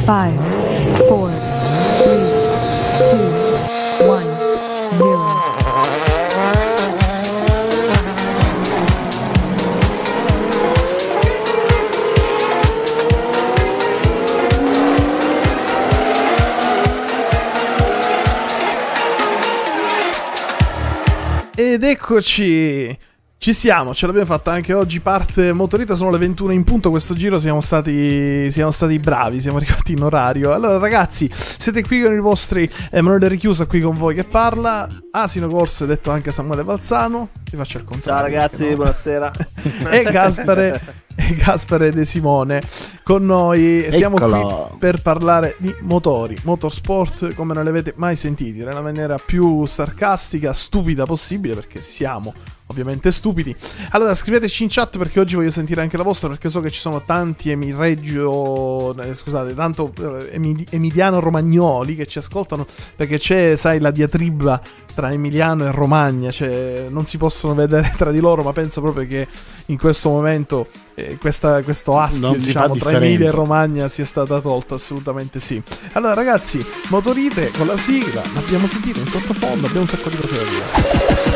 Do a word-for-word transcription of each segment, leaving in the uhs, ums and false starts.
five, four, three, two, one, zero. Ed eccoci, ci siamo, ce l'abbiamo fatta anche oggi, parte Motorita, sono le ventuno in punto, questo giro siamo stati siamo stati bravi, siamo arrivati in orario. Allora ragazzi, siete qui con i vostri Emanuele Richiusa, qui con voi che parla, Asino Corse, detto anche Samuele Valzano, ti faccio il contrario. Ciao ragazzi, no? Buonasera. E Gaspare, e Gaspare De Simone con noi, siamo Eccolo. qui per parlare di motori, motorsport come non li avete mai sentiti, nella maniera più sarcastica, stupida possibile, perché siamo ovviamente stupidi. Allora scriveteci in chat, perché oggi voglio sentire anche la vostra, perché so che ci sono tanti Emireggio eh, scusate, tanto eh, Emili- Emiliano Romagnoli che ci ascoltano, perché c'è, sai, la diatriba tra Emiliano e Romagna, cioè non si possono vedere tra di loro, ma penso proprio che in questo momento eh, questa, questo astio, Non si diciamo, fa tra differenza. Emilia e Romagna sia stata tolta, assolutamente sì. Allora ragazzi, Motorite con la sigla, l'abbiamo sentita in sottofondo, abbiamo un sacco di cose da dire.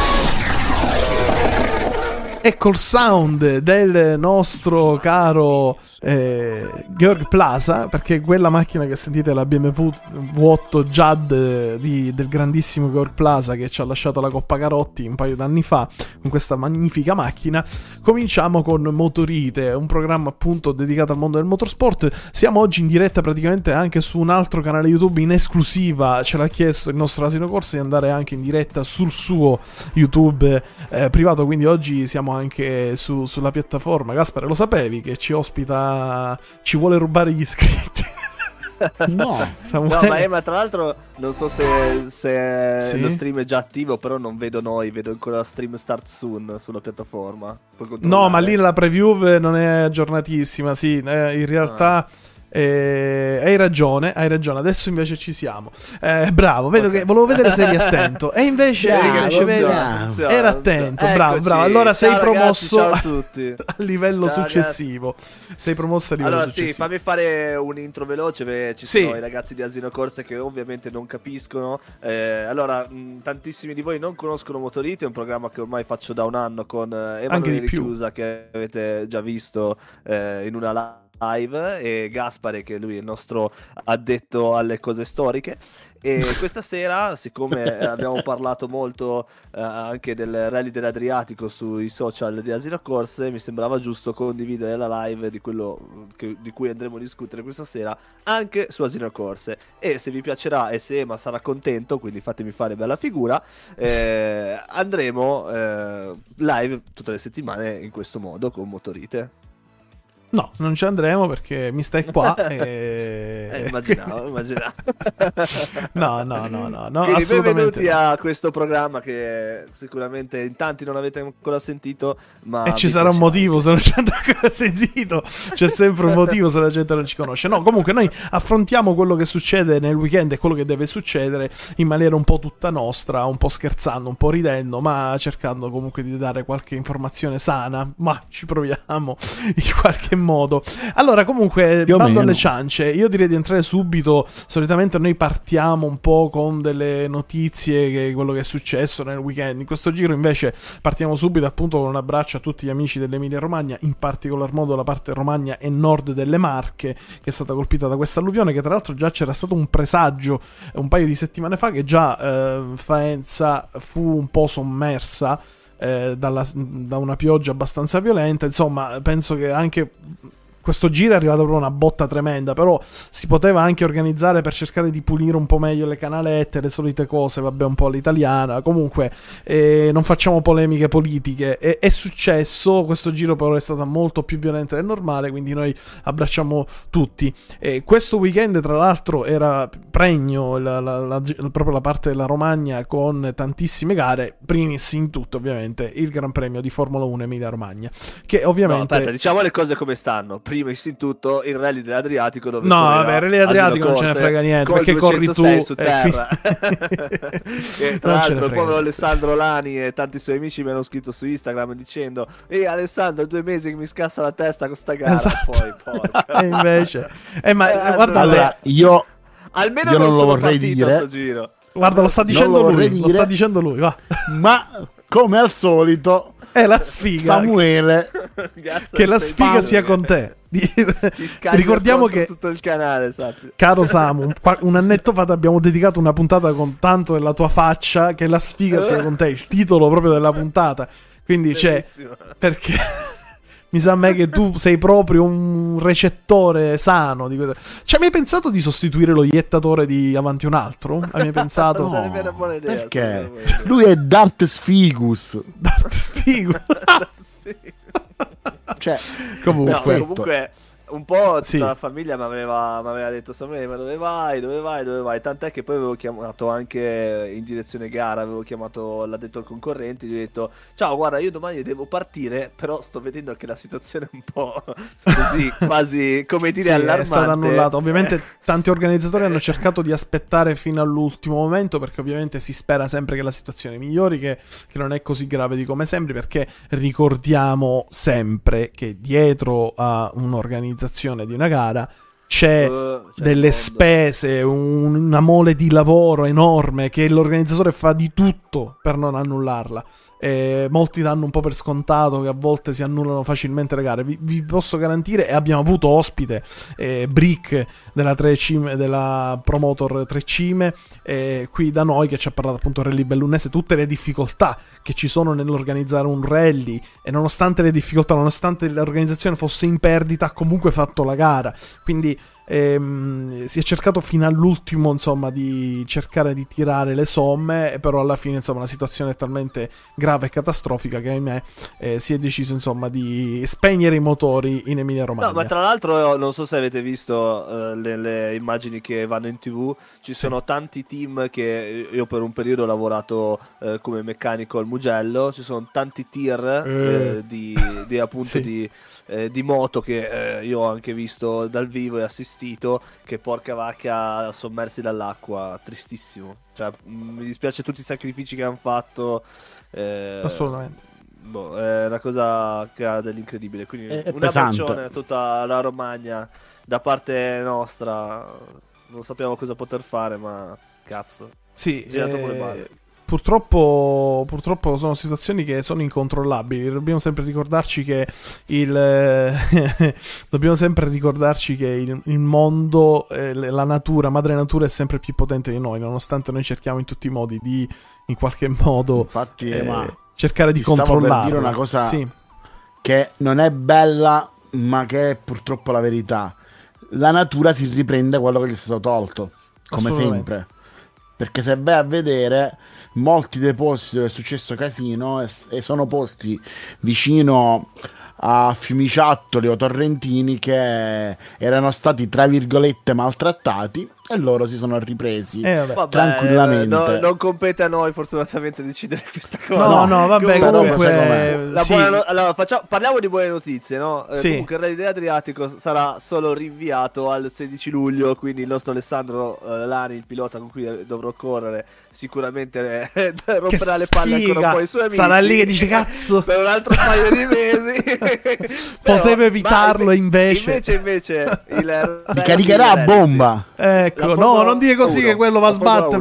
Ecco il sound del nostro caro eh, Georg Plaza, perché quella macchina che sentite è la B M W V otto Judd eh, di, del grandissimo Georg Plaza, che ci ha lasciato la Coppa Carotti un paio d'anni fa con questa magnifica macchina. Cominciamo con Motorite, un programma appunto dedicato al mondo del motorsport. Siamo oggi in diretta praticamente anche su un altro canale YouTube in esclusiva, ce l'ha chiesto il nostro Asino Corse di andare anche in diretta sul suo YouTube eh, privato, quindi oggi siamo anche su, sulla piattaforma. Gaspare, lo sapevi che ci ospita, ci vuole rubare gli iscritti? No, Samuele. No, ma, eh, ma tra l'altro non so se, se Sì? lo stream è già attivo, però non vedo noi, vedo ancora stream start soon sulla piattaforma. Puoi No, controllare. ma lì la preview non è aggiornatissima, sì, eh, in realtà eh, hai ragione, hai ragione, adesso invece ci siamo. Eh, bravo, vedo Ok. che volevo vedere se eri attento. E invece, Bravo, invece vedi, bravo. era attento, bravo, Eccoci. bravo. Allora sei Ciao, ragazzi, promosso ciao a tutti. a livello Ciao, successivo. Sei promosso a livello Allora sì, successivo. fammi fare un intro veloce, beh, ci Sì. sono i ragazzi di Asino Corse che ovviamente non capiscono. Eh, allora, mh, tantissimi di voi non conoscono Motorite, è un programma che ormai faccio da un anno con eh, Anche Emanuele di più. Richiusa, che avete già visto eh, in una live, e Gaspare, che lui è il nostro addetto alle cose storiche. E questa sera, siccome abbiamo parlato molto eh, anche del Rally dell'Adriatico sui social di Asino Corse, mi sembrava giusto condividere la live di quello che- di cui andremo a discutere questa sera anche su Asino Corse. E se vi piacerà e se Ema sarà contento, quindi fatemi fare bella figura, eh, andremo eh, live tutte le settimane in questo modo con Motorite. No, non ci andremo perché mi stai qua e... Eh, immaginavo, immaginavo. No, no, no, no, no, Quindi assolutamente benvenuti no. a questo programma che sicuramente in tanti non avete ancora sentito, ma E ci vi sarà un piacerà. motivo se non ci hanno ancora sentito. C'è sempre un motivo se la gente non ci conosce. No, comunque noi affrontiamo quello che succede nel weekend e quello che deve succedere in maniera un po' tutta nostra, un po' scherzando, un po' ridendo, ma cercando comunque di dare qualche informazione sana. Ma ci proviamo in qualche modo. Allora, comunque, Più o bando meno. alle ciance, io direi di entrare subito. Solitamente noi partiamo un po' con delle notizie, che quello che è successo nel weekend. In questo giro invece partiamo subito appunto con un abbraccio a tutti gli amici dell'Emilia Romagna, in particolar modo la parte Romagna e nord delle Marche, che è stata colpita da questa alluvione, che tra l'altro già c'era stato un presagio un paio di settimane fa, che già eh, Faenza fu un po' sommersa eh, dalla- da una pioggia abbastanza violenta. Insomma, penso che anche questo giro è arrivata proprio una botta tremenda, però si poteva anche organizzare per cercare di pulire un po' meglio le canalette, le solite cose, vabbè, un po' all'italiana. Comunque eh, non facciamo polemiche politiche. È, è successo, questo giro però è stata molto più violenta del normale, quindi noi abbracciamo tutti. E questo weekend tra l'altro era pregno la, la, la, proprio la parte della Romagna, con tantissime gare, primis in tutto ovviamente il Gran Premio di Formula uno Emilia Romagna, che No, ovviamente aspetta, diciamo le cose come stanno. messi in tutto il rally dell'Adriatico dove No, correrà vabbè, il rally Adriatico non ce ne frega niente, col perché corri tu duecentosei su e terra. qui- E tra Non ce ne l'altro il frega povero niente. Alessandro Lani e tanti suoi amici mi hanno scritto su Instagram dicendo ehi Alessandro, due mesi che mi scassa la testa con sta gara. Esatto. Poi porca. E invece eh, ma Eh, guardate, Allora, io, Almeno io non, non lo sono vorrei partito dire. a sto giro. guarda, lo sta non dicendo lo lui, vorrei lo dire. sta dicendo lui, va. ma come al solito, È la sfiga Samuele Cazzo, che la sei sfiga pazzo, sia che- con te. Di- Ti scagli Ricordiamo contro che tutto il canale, sappi. caro Samu, un, qua- un annetto fa ti abbiamo dedicato una puntata con tanto della tua faccia che la sfiga sia con te, il titolo proprio della puntata. Quindi c'è Bellissimo. perché mi sa a me che tu sei proprio un recettore sano di questo. Ci hai mai pensato di sostituire lo iettatore di Avanti un altro? Hai mai pensato? No. Sarebbe una buona idea, sarebbe perché una buona idea. lui è Dart Sfigus, Darth Spigo. cioè Comunque. No, perfetto. comunque un po' tutta Sì. la famiglia mi aveva, m'aveva detto Samuele, ma dove vai, dove vai, dove vai? Tant'è che poi avevo chiamato anche in direzione gara, avevo chiamato l'addetto al concorrente, gli ho detto ciao, guarda, io domani devo partire, però sto vedendo che la situazione è un po' così, quasi come dire Sì, allarmante. è stato annullato. Ovviamente tanti organizzatori hanno cercato di aspettare fino all'ultimo momento, perché ovviamente si spera sempre che la situazione migliori, che, che non è così grave di come sembri, perché ricordiamo sempre che dietro a un'organizzazione di una gara c'è Eh, c'è delle il mondo. spese, un- una mole di lavoro enorme che l'organizzatore fa di tutto per non annullarla. E molti danno un po' per scontato che a volte si annullano facilmente le gare. Vi, vi posso garantire, e abbiamo avuto ospite eh, Brick della, tre cime, della Promotor Tre Cime eh, qui da noi, che ci ha parlato appunto Rally Bellunese, tutte le difficoltà che ci sono nell'organizzare un rally, e nonostante le difficoltà, nonostante l'organizzazione fosse in perdita, ha comunque fatto la gara. Quindi ehm, si è cercato fino all'ultimo, insomma, di cercare di tirare le somme, e però alla fine, insomma, la situazione è talmente grave e catastrofica che, ahimè, eh, si è deciso, insomma, di spegnere i motori in Emilia Romagna. No, ma tra l'altro non so se avete visto eh, le, le immagini che vanno in tv, ci sono tanti team che io per un periodo ho lavorato eh, come meccanico al Mugello, ci sono tanti tir Eh. eh, di, di appunto Sì. di, eh, di moto che eh, io ho anche visto dal vivo e assistito, che porca vacca sommersi dall'acqua, tristissimo. Cioè, mh, mi dispiace tutti i sacrifici che hanno fatto. eh, Assolutamente. Boh, è una cosa che ha dell'incredibile. Quindi È- è un pesante. abbraccione a tutta la Romagna da parte nostra. Non sappiamo cosa poter fare, ma cazzo. Sì, Girato eh, con le balle. Purtroppo, purtroppo sono situazioni che sono incontrollabili. Dobbiamo sempre ricordarci che il eh, dobbiamo sempre ricordarci che il, il mondo, eh, la natura, madre natura è sempre più potente di noi, nonostante noi cerchiamo in tutti i modi di, in qualche modo, Infatti, eh, ma cercare di ti stavo per controllare. dire una cosa Sì, che non è bella, ma che è purtroppo la verità. La natura si riprende quello che gli è stato tolto, come Assolutamente. sempre. Perché se vai a vedere, molti dei posti dove è successo casino e, e sono posti vicino a fiumiciattoli o torrentini che erano stati tra virgolette maltrattati, e loro si sono ripresi. Eh, vabbè. Vabbè, tranquillamente. no- non compete a noi, fortunatamente, decidere questa cosa. No, no, vabbè, Comunque, comunque, sai com'è? La sì. buona no- allora, facciamo- parliamo di buone notizie, no? Eh, Sì. Comunque il Rally dell'Adriatico sarà solo rinviato al sedici luglio, quindi il nostro Alessandro eh, Lani, il pilota con cui eh, dovrò correre, sicuramente eh, romperà le palle ancora un sfiga. po' ai suoi amici. Sarà lì che dice, cazzo, per un altro paio di mesi. Però- Potevo evitarlo, ma invece. Invece, invece il Li caricherà a rally, bomba. ecco, La no, Formula non dire così uno. che quello va a La Formula sbatte uno.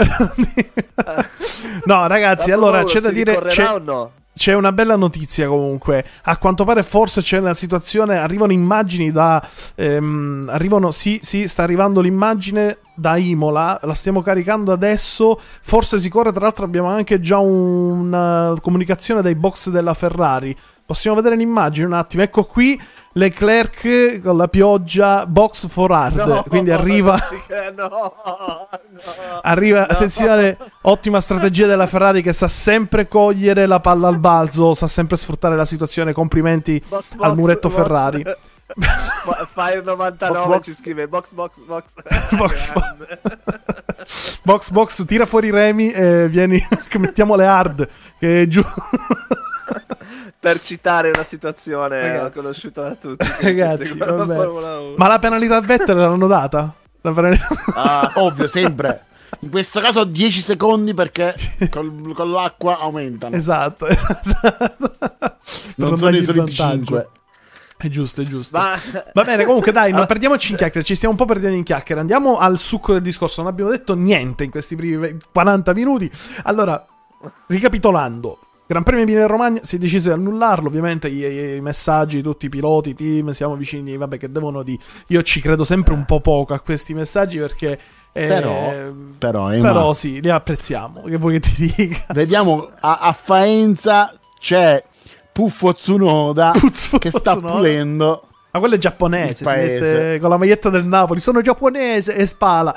poi. No, ragazzi, La allora Formula c'è uno da si dire, ricorrerà c'è, o no? c'è una bella notizia comunque. A quanto pare forse c'è una situazione, arrivano immagini da ehm, arrivano sì, sì, sta arrivando l'immagine da Imola, la stiamo caricando adesso. Forse si corre, tra l'altro abbiamo anche già una comunicazione dai box della Ferrari. Possiamo vedere l'immagine un attimo. Ecco qui Leclerc con la pioggia, box for hard. No, Quindi arriva no, no. Arriva, No. attenzione, ottima strategia della Ferrari, che sa sempre cogliere la palla al balzo, sa sempre sfruttare la situazione. Complimenti Box, box, al muretto box. Ferrari. Fa- Fire novantanove Box, box. ci scrive box box box. Box, Grande. Box box, tira fuori i remi e vieni, che mettiamo le hard, che è giù. per citare una situazione Ragazzi. conosciuta da tutti. Ragazzi, Guarda la vabbè. Formula uno. Ma la penalità a Vettel l'hanno data? La penalità... Ah, Ovvio, sempre. In questo caso dieci secondi perché col- con l'acqua aumentano. Esatto, esatto. Non Per sono dargli i il soliti vantaggio. cinque. È giusto, è giusto. ma... Va bene, comunque dai, non Ah. perdiamoci in chiacchiere, ci stiamo un po' perdendo in chiacchiere. Andiamo al succo del discorso, non abbiamo detto niente in questi primi quaranta minuti. Allora, ricapitolando, Gran Premio Emilia Romagna si è deciso di annullarlo, ovviamente i, i messaggi, tutti i piloti, i team, siamo vicini, vabbè, che devono di... Io ci credo sempre un po' poco a questi messaggi perché... eh, Però, però, eh, però ma- sì, li apprezziamo, che vuoi che ti dica? Vediamo, a, a Faenza c'è Puffo Tsunoda Puffo che sta Tsunoda. pulendo. Ma quello è giapponese, Il si paese. mette con la maglietta del Napoli, sono giapponese e spala.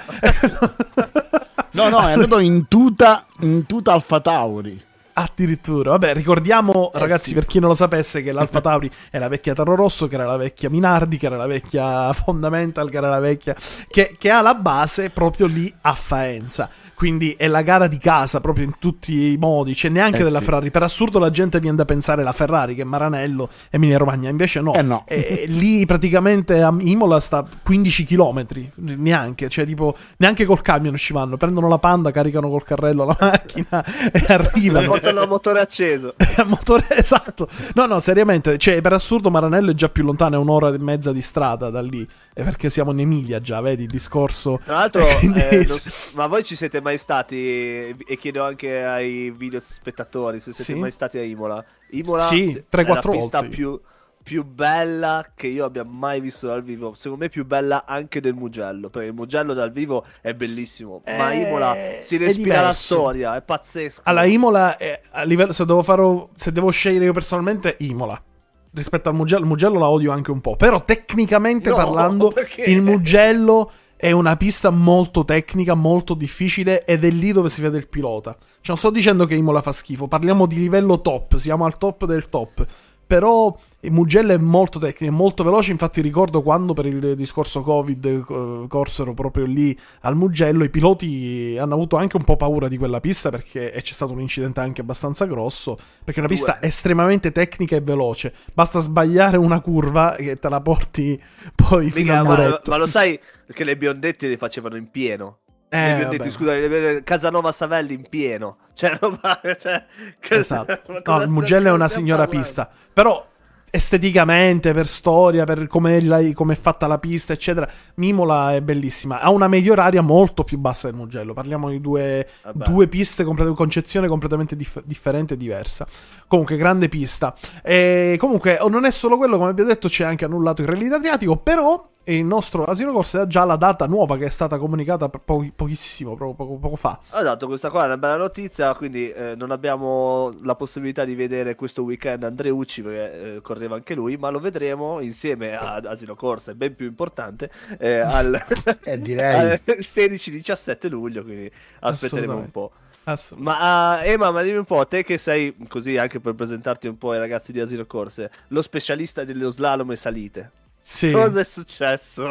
No, no, è andato in tuta, in tuta Alfa Tauri. Addirittura, vabbè, ricordiamo, Eh, ragazzi, sì. per chi non lo sapesse, che l'Alfa Tauri è la vecchia Toro Rosso, che era la vecchia Minardi, che era la vecchia Fundamental, che era la vecchia. che, che ha la base proprio lì a Faenza. Quindi è la gara di casa proprio in tutti i modi. C'è neanche Eh, della sì. Ferrari. Per assurdo, la gente viene da pensare la Ferrari, che è Maranello, Emilia Romagna. Invece no. Eh, no. E lì praticamente a Imola sta quindici chilometri. Neanche, cioè, tipo, neanche col camion ci vanno. Prendono la Panda, caricano col carrello la macchina e arrivano. portano il motore acceso. A motore, esatto. No, no, seriamente, cioè, per assurdo Maranello è già più lontano, è un'ora e mezza di strada da lì. È perché siamo in Emilia già, vedi il discorso. Tra l'altro, E quindi- eh, non so- ma voi ci siete mai stati? E chiedo anche ai video spettatori se siete Sì. mai stati a Imola. Imola Sì, se- tre è quattro la pista volte. più, più bella che io abbia mai visto dal vivo. Secondo me più bella anche del Mugello, perché il Mugello dal vivo è bellissimo, ma Eh, Imola si è respira la diverso. storia, è pazzesco. Alla Imola, è- a livello, se devo fare, se devo scegliere io personalmente, Imola. Rispetto al Mugello, il Mugello la odio anche un po'. Però tecnicamente No, parlando, perché? il Mugello è una pista molto tecnica, molto difficile, ed è lì dove si vede il pilota. Cioè, non sto dicendo che Imola fa schifo, parliamo di livello top, siamo al top del top. Però il Mugello è molto tecnico, è molto veloce. Infatti ricordo quando per il discorso Covid eh, corsero proprio lì al Mugello, i piloti hanno avuto anche un po' paura di quella pista, perché e c'è stato un incidente anche abbastanza grosso, perché è una pista Due. estremamente tecnica e veloce. Basta sbagliare una curva che te la porti poi fino Mica, al ma, muretto. ma lo sai che le biondetti le facevano in pieno? Eh, Le biondetti, vabbè. scusa, le- Casanova Savelli in pieno. Cioè, no, ma, cioè, cosa- Esatto. ma No, cosa il sta- Mugello è cosa una stiamo signora parlando? pista. Però esteticamente, per storia, per come è, come è fatta la pista, eccetera, Mimola è bellissima. Ha una media oraria molto più bassa del Mugello. Parliamo di due, Vabbè. due piste, complet- concezione completamente dif- differente e diversa. Comunque, grande pista. E comunque, oh, non è solo quello, come abbiamo detto, c'è anche annullato il Rally d'Adriatico. Però il nostro Asino Corsa ha già la data nuova che è stata comunicata per po- pochissimo, proprio poco, poco fa. Esatto, questa qua è una bella notizia, quindi eh, non abbiamo la possibilità di vedere questo weekend Andreucci perché eh, correva anche lui, ma lo vedremo insieme ad Asino Corsa, è ben più importante, eh, al, Eh, direi. al sedici diciassette luglio, quindi aspetteremo un Assolutamente. po'. Assolutamente. Ma uh, Ema, ma dimmi un po', te che sei così anche per presentarti un po' ai ragazzi di Asino Corse, lo specialista dello slalom e salite. Sì. Cosa è successo?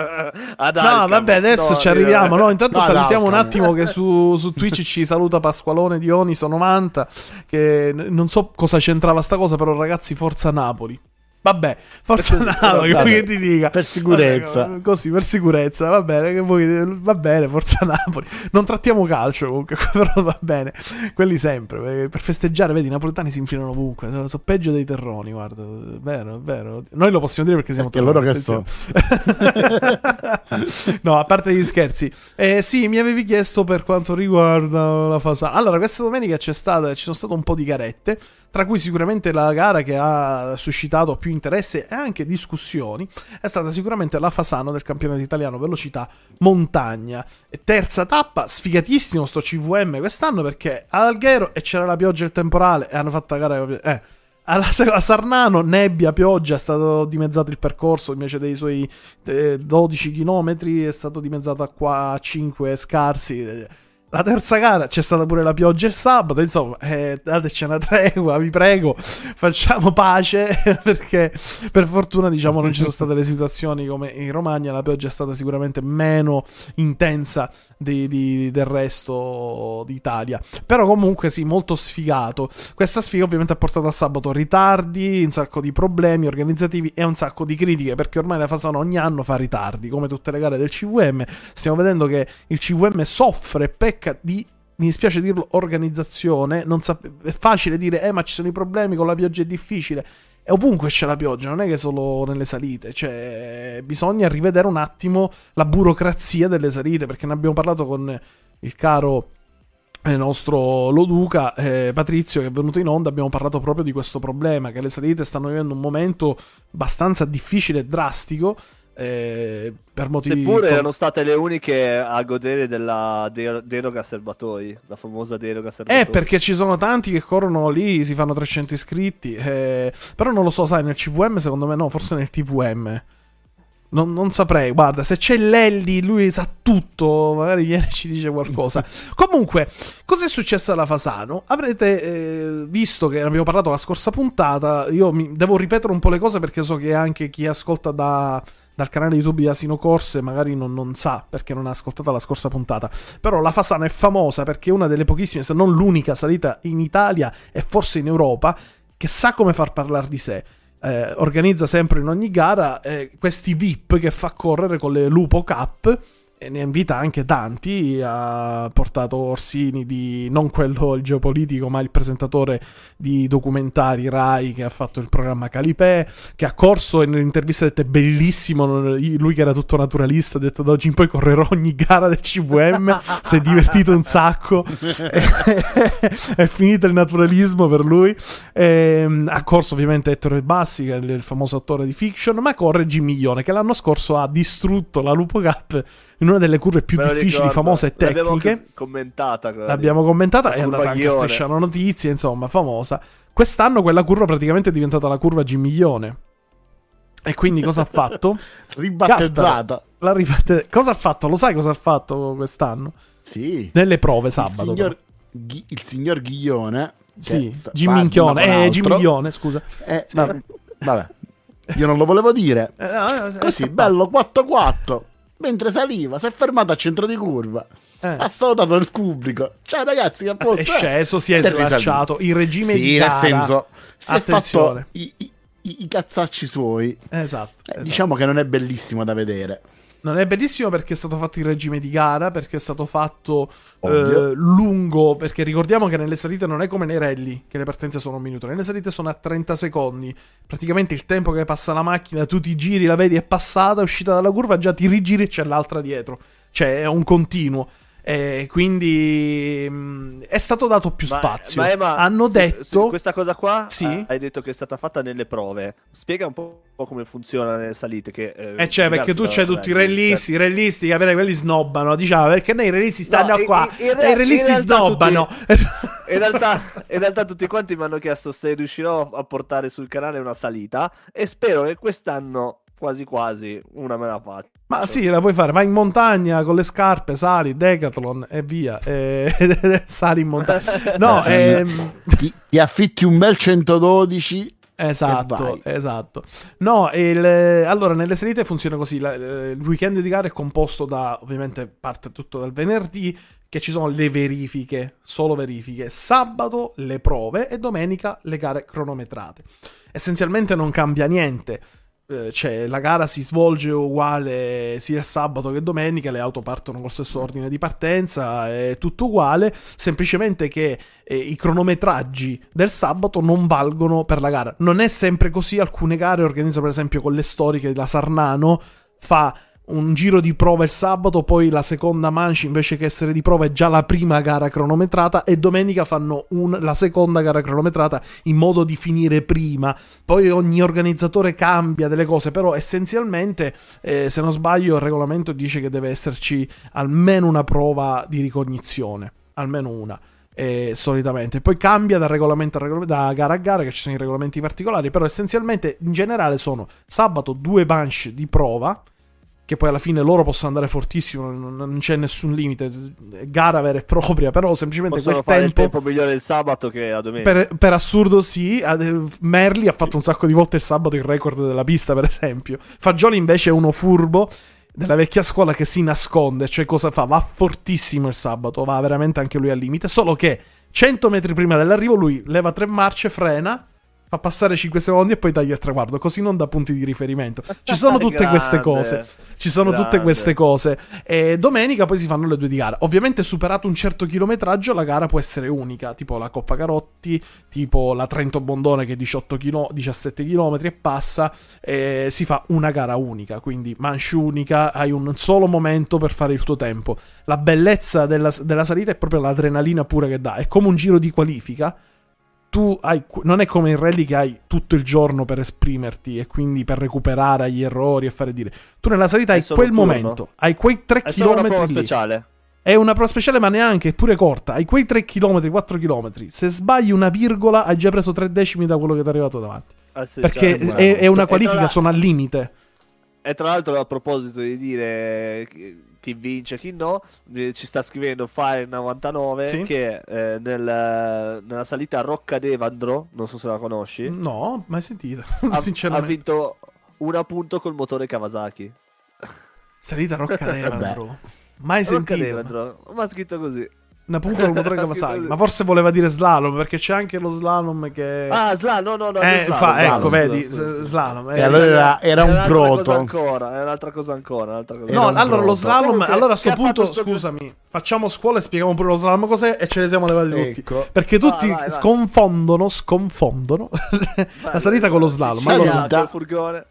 Ad No, Alcamo? vabbè, adesso No, ci eh, arriviamo. No, intanto No, salutiamo un Alcamo. attimo che su, su Twitch ci saluta Pasqualone di Oniso novanta. Che n- non so cosa c'entrava sta cosa, però ragazzi, forza Napoli. Vabbè, forza Napoli, Vabbè, che ti dica. per sicurezza. Vabbè, così, per sicurezza, va bene, che vuoi, va bene, forza Napoli. Non trattiamo calcio comunque, però va bene. Quelli sempre, perché per festeggiare, vedi, i napoletani si infilano ovunque. Sono peggio dei terroni, guarda, è vero, è vero. Noi lo possiamo dire perché siamo Perché loro terroni, che attenzione. No, a parte gli scherzi. Eh, sì, mi avevi chiesto per quanto riguarda la Fasana. Allora, questa domenica c'è stata, ci sono state un po' di garette, tra cui sicuramente la gara che ha suscitato più interesse e anche discussioni è stata sicuramente la Fasano del campionato italiano velocità montagna. E terza tappa, sfigatissimo sto C V M quest'anno perché ad Alghero e c'era la pioggia e il temporale e hanno fatto la gara. Eh. Alla, a Sarnano, nebbia, pioggia, è stato dimezzato il percorso invece dei suoi eh, dodici chilometri, è stato dimezzato a, qua, a cinque scarsi. La terza gara c'è stata pure la pioggia il sabato, insomma, eh, dateci una tregua, vi prego, facciamo pace, perché per fortuna, diciamo, non ci sono state le situazioni come in Romagna, la pioggia è stata sicuramente meno intensa di, di, del resto d'Italia. Però comunque sì, molto sfigato. Questa sfiga ovviamente ha portato al sabato ritardi, un sacco di problemi organizzativi e un sacco di critiche, perché ormai la Fasano ogni anno fa ritardi, come tutte le gare del C V M. Stiamo vedendo che il C V M soffre, pecca di, mi dispiace dirlo, organizzazione. Non sap- è facile dire eh ma ci sono i problemi con la pioggia, è difficile, e ovunque c'è la pioggia, non è che solo nelle salite, cioè bisogna rivedere un attimo la burocrazia delle salite, perché ne abbiamo parlato con il caro il nostro Loduca, eh, Patrizio, che è venuto in onda. Abbiamo parlato proprio di questo problema, che le salite stanno vivendo un momento abbastanza difficile e drastico, eh, per motivi. Seppure com- erano state le uniche a godere della der- deroga serbatoi, la famosa deroga serbatoi. Eh, perché ci sono tanti che corrono lì, si fanno trecento iscritti, eh, però non lo so, sai, nel C V M secondo me no, forse nel T V M. Non, non saprei, guarda, se c'è l'Eldi, lui sa tutto, magari viene e ci dice qualcosa. Comunque, cosa è successo alla Fasano? Avrete eh, visto che ne abbiamo parlato la scorsa puntata. Io mi devo ripetere un po' le cose, perché so che anche chi ascolta da, dal canale YouTube di Asino Corse magari non, non sa, perché non ha ascoltato la scorsa puntata. Però la Fasano è famosa perché è una delle pochissime, se non l'unica salita in Italia e forse in Europa, che sa come far parlare di sé. Eh, organizza sempre in ogni gara eh, questi V I P che fa correre con le Lupo Cup, e ne invita anche tanti. Ha portato Orsini, di non quello il geopolitico ma il presentatore di documentari Rai, che ha fatto il programma Calipè, che ha corso e nell'intervista ha detto è bellissimo, lui che era tutto naturalista ha detto da oggi in poi correrò ogni gara del C V M, si è divertito un sacco. È finito il naturalismo per lui. E, ha corso ovviamente Ettore Bassi, che è il famoso attore di Fiction, ma corre Gimiglione, che l'anno scorso ha distrutto la Lupo Cup in una delle curve più Me lo difficili, ricordo, famose e l'abbiamo tecniche. co- commentata quella L'abbiamo lì. commentata, La è curva andata anche a Ghione. Strisciano Notizie, insomma, famosa. Quest'anno quella curva praticamente è diventata la curva Gimiglione. E quindi cosa ha fatto? Ribattezzata. Gasparo, la ribatte- cosa ha fatto? Lo sai cosa ha fatto quest'anno? Sì. Nelle prove Il sabato. signor, Ghi- il signor Ghiglione. che Sì, sta- Gimminchione. fa un Eh, altro. Gimiglione, scusa. Eh, Sì. vabbè, vabbè. Io non lo volevo dire. Eh, no, eh, Così, eh, bello quattro quattro. Mentre saliva, si è fermato al centro di curva. eh. Ha salutato il pubblico. Ciao ragazzi, che a posto. È sceso, si è Ed risalito. slacciato. Il regime Sì, di nel gara. senso, si è Attenzione. fatto i, i, i- i cazzacci suoi. Esatto, Eh, esatto. Diciamo che non è bellissimo da vedere. Non è bellissimo perché è stato fatto il regime di gara, perché è stato fatto Ovvio. eh, lungo, perché ricordiamo che nelle salite non è come nei rally, che le partenze sono un minuto, nelle salite sono a trenta secondi, praticamente il tempo che passa la macchina, tu ti giri, la vedi è passata, è uscita dalla curva, già ti rigiri e c'è l'altra dietro, cioè è un continuo. E quindi mh, è stato dato più Ma- spazio. ma Emma, Hanno se- detto se questa cosa qua Sì. eh, hai detto che è stata fatta nelle prove. Spiega un po', un po' come funziona nelle salite. Che, eh, Eh, cioè, perché tu c'hai tutti i realisti, i rally. realisti, capire, quelli snobbano, diciamo, perché noi i realisti stanno No, qua, in- in e re- i realisti in realtà snobbano. In realtà, in realtà tutti quanti mi hanno chiesto se riuscirò a portare sul canale una salita, e spero che quest'anno quasi quasi una me la faccia. Ma sì, la puoi fare, vai in montagna con le scarpe, sali, Decathlon e via, e sali in montagna. No, Sì. ehm, Ti, ti affitti un bel centododici. esatto, E vai. esatto. No, il, allora nelle salite funziona così, la- il weekend di gara è composto da, ovviamente parte tutto dal venerdì, che ci sono le verifiche, solo verifiche, sabato le prove e domenica le gare cronometrate. Essenzialmente non cambia niente. Eh, Cioè, la gara si svolge uguale sia il sabato che domenica, le auto partono col stesso ordine di partenza, è tutto uguale, semplicemente che eh, i cronometraggi del sabato non valgono per la gara. Non è sempre così, alcune gare organizzano, per esempio con le storiche, la Sarnano fa un giro di prova il sabato, poi la seconda manche invece che essere di prova è già la prima gara cronometrata, e domenica fanno un- la seconda gara cronometrata in modo di finire prima. Poi ogni organizzatore cambia delle cose, però essenzialmente eh, se non sbaglio il regolamento dice che deve esserci almeno una prova di ricognizione, almeno una. Eh, solitamente poi cambia da regolamento a regolamento, da gara a gara, che ci sono i regolamenti particolari, però essenzialmente in generale sono sabato due manche di prova, che poi alla fine loro possono andare fortissimo, non, non c'è nessun limite, gara vera e propria, però semplicemente Possono quel fare tempo, il tempo migliore il sabato che la domenica. per, per assurdo sì, ad- Merli ha fatto un sacco di volte il sabato il record della pista, per esempio. Fagioli invece è uno furbo della vecchia scuola che si nasconde, cioè cosa fa? Va fortissimo il sabato, va veramente anche lui al limite, solo che cento metri prima dell'arrivo lui leva tre marce, frena, fa passare cinque secondi e poi taglia il traguardo, così non dà punti di riferimento. Ci sono tutte Grande, queste cose. Ci sono grande. tutte queste cose. E domenica poi si fanno le due di gara. Ovviamente, superato un certo chilometraggio, la gara può essere unica, tipo la Coppa Carotti, tipo la Trento Bondone che è diciotto chilo- diciassette chilometri e passa. E si fa una gara unica, quindi manche unica, hai un solo momento per fare il tuo tempo. La bellezza della, della salita è proprio l'adrenalina pura che dà. È come un giro di qualifica. Tu hai, non è come in rally che hai tutto il giorno per esprimerti e quindi per recuperare agli errori e fare dire. Tu nella salita È hai solo quel un turno. momento, hai quei tre È solo una chilometri prova lì. speciale. È una prova speciale, ma neanche, è pure corta. Hai quei tre chilometri, quattro chilometri. Se sbagli una virgola, hai già preso tre decimi da quello che ti è arrivato davanti. Ah, sì, Perché certo. è, è una E qualifica, tra la- sono al limite. E tra l'altro, a proposito di dire chi chi vince e chi no, eh, ci sta scrivendo Fire novantanove Sì. che eh, nel- nella salita Rocca d'Evandro, non so se la conosci, No, mai sentita. ha, ha Sinceramente. vinto un appunto col motore Kawasaki. Salita Rocca d'Evandro. Mai Rocca sentita. d'Evandro, ma ha scritto così. Una punta del motore Ha scritto Kawasaki. così. Ma forse voleva dire slalom, perché c'è anche lo slalom che... Ah, slalom, no, no, no. Eh, non fa- slalom, ecco, slalom, vedi, scusa, scusa, s- scusa. slalom. eh, E sì. allora era, era un un'altra cosa proto. ancora, è un'altra cosa ancora, un'altra cosa Era No, un allora lo proto. slalom, Comunque, allora a sto chi ha fatto punto, sto- scusami, facciamo scuola e spieghiamo pure lo slalom cos'è e ce ne siamo levati tutti. Ecco. Perché tutti Vai, vai, vai. sconfondono, sconfondono la salita con lo slalom. Scegli Allora, là, col furgone.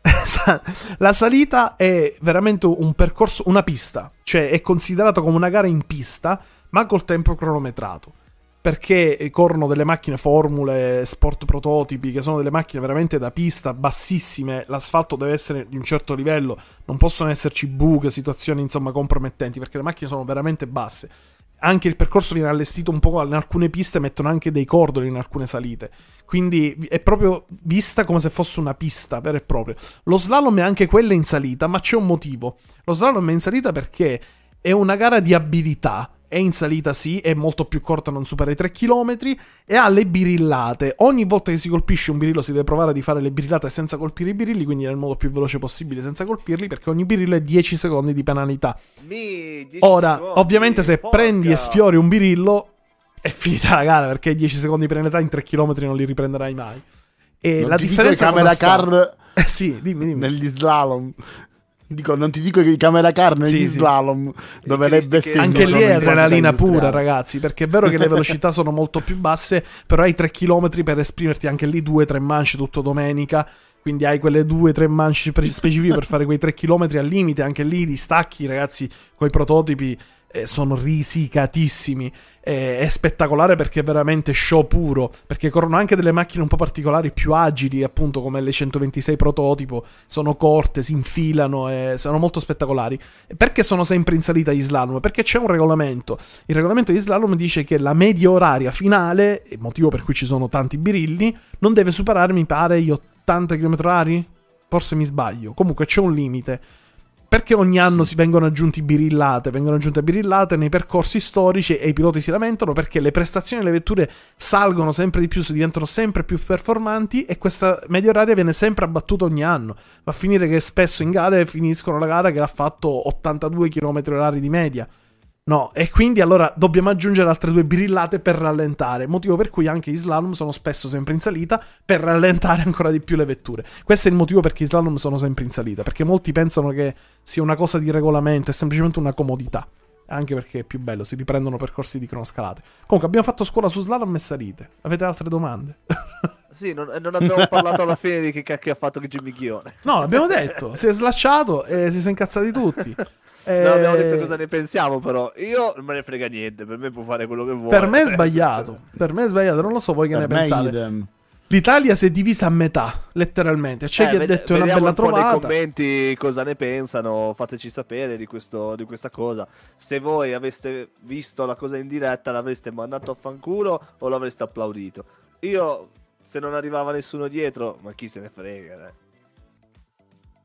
la salita è veramente un percorso, una pista, cioè è considerato come una gara in pista, ma col tempo cronometrato. Perché corrono delle macchine formule, sport prototipi, che sono delle macchine veramente da pista, bassissime. L'asfalto deve essere di un certo livello, non possono esserci buche, situazioni insomma compromettenti, perché le macchine sono veramente basse. Anche il percorso viene allestito un po', in alcune piste mettono anche dei cordoli in alcune salite. Quindi è proprio vista come se fosse una pista vera e propria. Lo slalom è anche quella in salita, ma c'è un motivo. Lo slalom è in salita perché è una gara di abilità. È in salita, sì, è molto più corta, non supera i tre chilometri e ha le birillate. Ogni volta che si colpisce un birillo si deve provare di fare le birillate senza colpire i birilli, quindi nel modo più veloce possibile senza colpirli, perché ogni birillo è dieci secondi di penalità. Mi, dieci Ora, secondi, ovviamente se porca. prendi e sfiori un birillo è finita la gara, perché dieci secondi di penalità in tre chilometri non li riprenderai mai. E Non la ti differenza dico i cosa camera sta? car Eh sì, dimmi, dimmi. negli slalom. Dico, non ti dico che i camera car negli Sì, sì. slalom dove le Cristi che- bestemmie Anche sono lì è in quantità adrenalina pura, industriale. ragazzi, perché è vero che le velocità sono molto più basse, però hai tre chilometri per esprimerti anche lì, due tre manche tutto domenica, quindi hai quelle due tre manche pre- specifiche per fare quei tre chilometri al limite, anche lì di stacchi, ragazzi, coi prototipi eh, sono risicatissimi. Eh, è spettacolare perché è veramente show puro, perché corrono anche delle macchine un po' particolari, più agili, appunto come le centoventisei prototipo, sono corte, si infilano e sono molto spettacolari. E perché sono sempre in salita gli slalom? Perché c'è un regolamento. Il regolamento di slalom dice che la media oraria finale, il motivo per cui ci sono tanti birilli, non deve superare, mi pare, gli ottanta chilometri orari? Forse mi sbaglio. Comunque c'è un limite. Perché ogni anno si vengono aggiunti birillate, vengono aggiunte birillate nei percorsi storici e i piloti si lamentano perché le prestazioni delle vetture salgono sempre di più, si diventano sempre più performanti e questa media oraria viene sempre abbattuta ogni anno. Va a finire che spesso in gare finiscono la gara che ha fatto ottantadue chilometri orari di media. No, e quindi allora dobbiamo aggiungere altre due birillate per rallentare, motivo per cui anche gli slalom sono spesso sempre in salita per rallentare ancora di più le vetture. Questo è il motivo perché i slalom sono sempre in salita, perché molti pensano che sia una cosa di regolamento, è semplicemente una comodità, anche perché è più bello, si riprendono percorsi di cronoscalate. Comunque abbiamo fatto scuola su slalom e salite. Avete altre domande? Sì, non, non abbiamo parlato alla fine di che cacchio ha fatto Jimmy Ghione. No, l'abbiamo detto, si è slacciato e si sono incazzati tutti. Non abbiamo Eh, detto cosa ne pensiamo, però io non me ne frega niente, per me può fare quello che vuole. Per me è sbagliato, per me è sbagliato, non lo so voi che Per ne me pensate. idem. L'Italia si è divisa a metà, letteralmente. C'è Eh, chi ha ved- detto è una vediamo bella un po' nei trovata. commenti cosa ne pensano, fateci sapere di, questo, di questa cosa. Se voi aveste visto la cosa in diretta, l'avreste mandato a fanculo o l'avreste applaudito. Io, se non arrivava nessuno dietro, ma chi se ne frega, eh.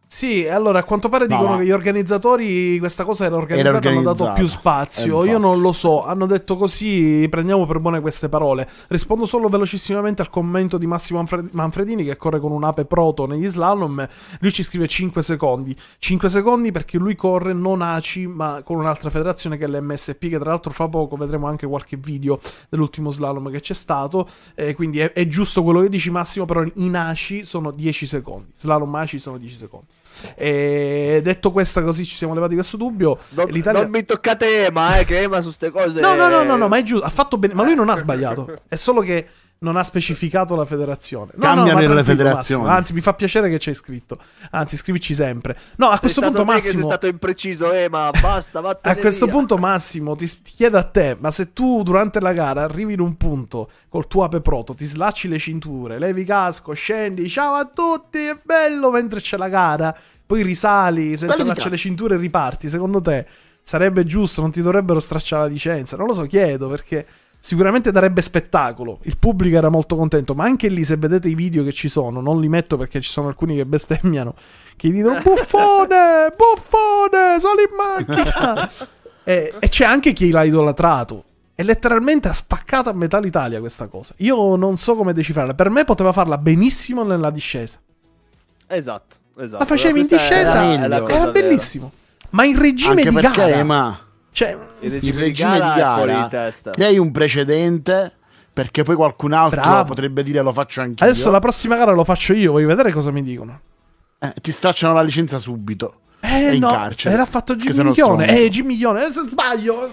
Sì, allora a quanto pare No, dicono ma- che gli organizzatori questa cosa era organizzata, Era hanno dato organizzata, più spazio. eh, Io infatti. non lo so, hanno detto così, prendiamo per buone queste parole. Rispondo solo velocissimamente al commento di Massimo Manfred- Manfredini che corre con un'ape proto negli slalom. Lui ci scrive cinque secondi. cinque secondi perché lui corre non A C I ma con un'altra federazione che è l'M S P, che tra l'altro fra poco vedremo anche qualche video dell'ultimo slalom che c'è stato. Eh, quindi è, è giusto quello che dici Massimo, però in A C I sono dieci secondi. Slalom A C I sono dieci secondi. E detto questa, così ci siamo levati questo dubbio. Non, L'Italia... non mi toccate Ema, eh, che Ema su ste cose. No, no, no, no, no, ma è giusto. Ha fatto bene. Ma lui non ha sbagliato. È solo che non ha specificato la federazione. No, Cambiano no, ma le tranquillo, federazioni. Massimo. Anzi, mi fa piacere che ci hai scritto. Anzi, scrivici sempre. No, a Sei questo stato punto, te che sei Massimo. stato impreciso, Ema. Basta, vattene A questo via. punto, Massimo, ti, ti chiedo a te: ma se tu durante la gara arrivi in un punto col tuo ape proto, ti slacci le cinture, levi casco, scendi, ciao a tutti, è bello mentre c'è la gara, poi risali senza Bello di slacci ca- le cinture e riparti, secondo te sarebbe giusto? Non ti dovrebbero stracciare la licenza? Non lo so, chiedo, perché sicuramente darebbe spettacolo. Il pubblico era molto contento, ma anche lì, se vedete i video che ci sono, non li metto perché ci sono alcuni che bestemmiano, che dicono buffone, buffone, sali in macchina. e, e c'è anche chi l'ha idolatrato. E letteralmente ha spaccato a metà l'Italia questa cosa. Io non so come decifrarla. Per me poteva farla benissimo nella discesa. Esatto, esatto. La facevi in Questa è- discesa, è la cosa era vera. bellissimo. Ma in regime Anche di perché, gara. ma Cioè, Il il regime, regime di è fuori gara di testa. crei un precedente perché poi qualcun altro Bravo. potrebbe dire lo faccio anch'io. adesso la prossima gara lo faccio io. Voglio vedere cosa mi dicono. Eh, ti stracciano la licenza subito. Eh È in no, carcere. eh, l'ha fatto Perché sei uno Gimmiglione. stronzo. Eh, Gimmiglione, eh, se sbaglio.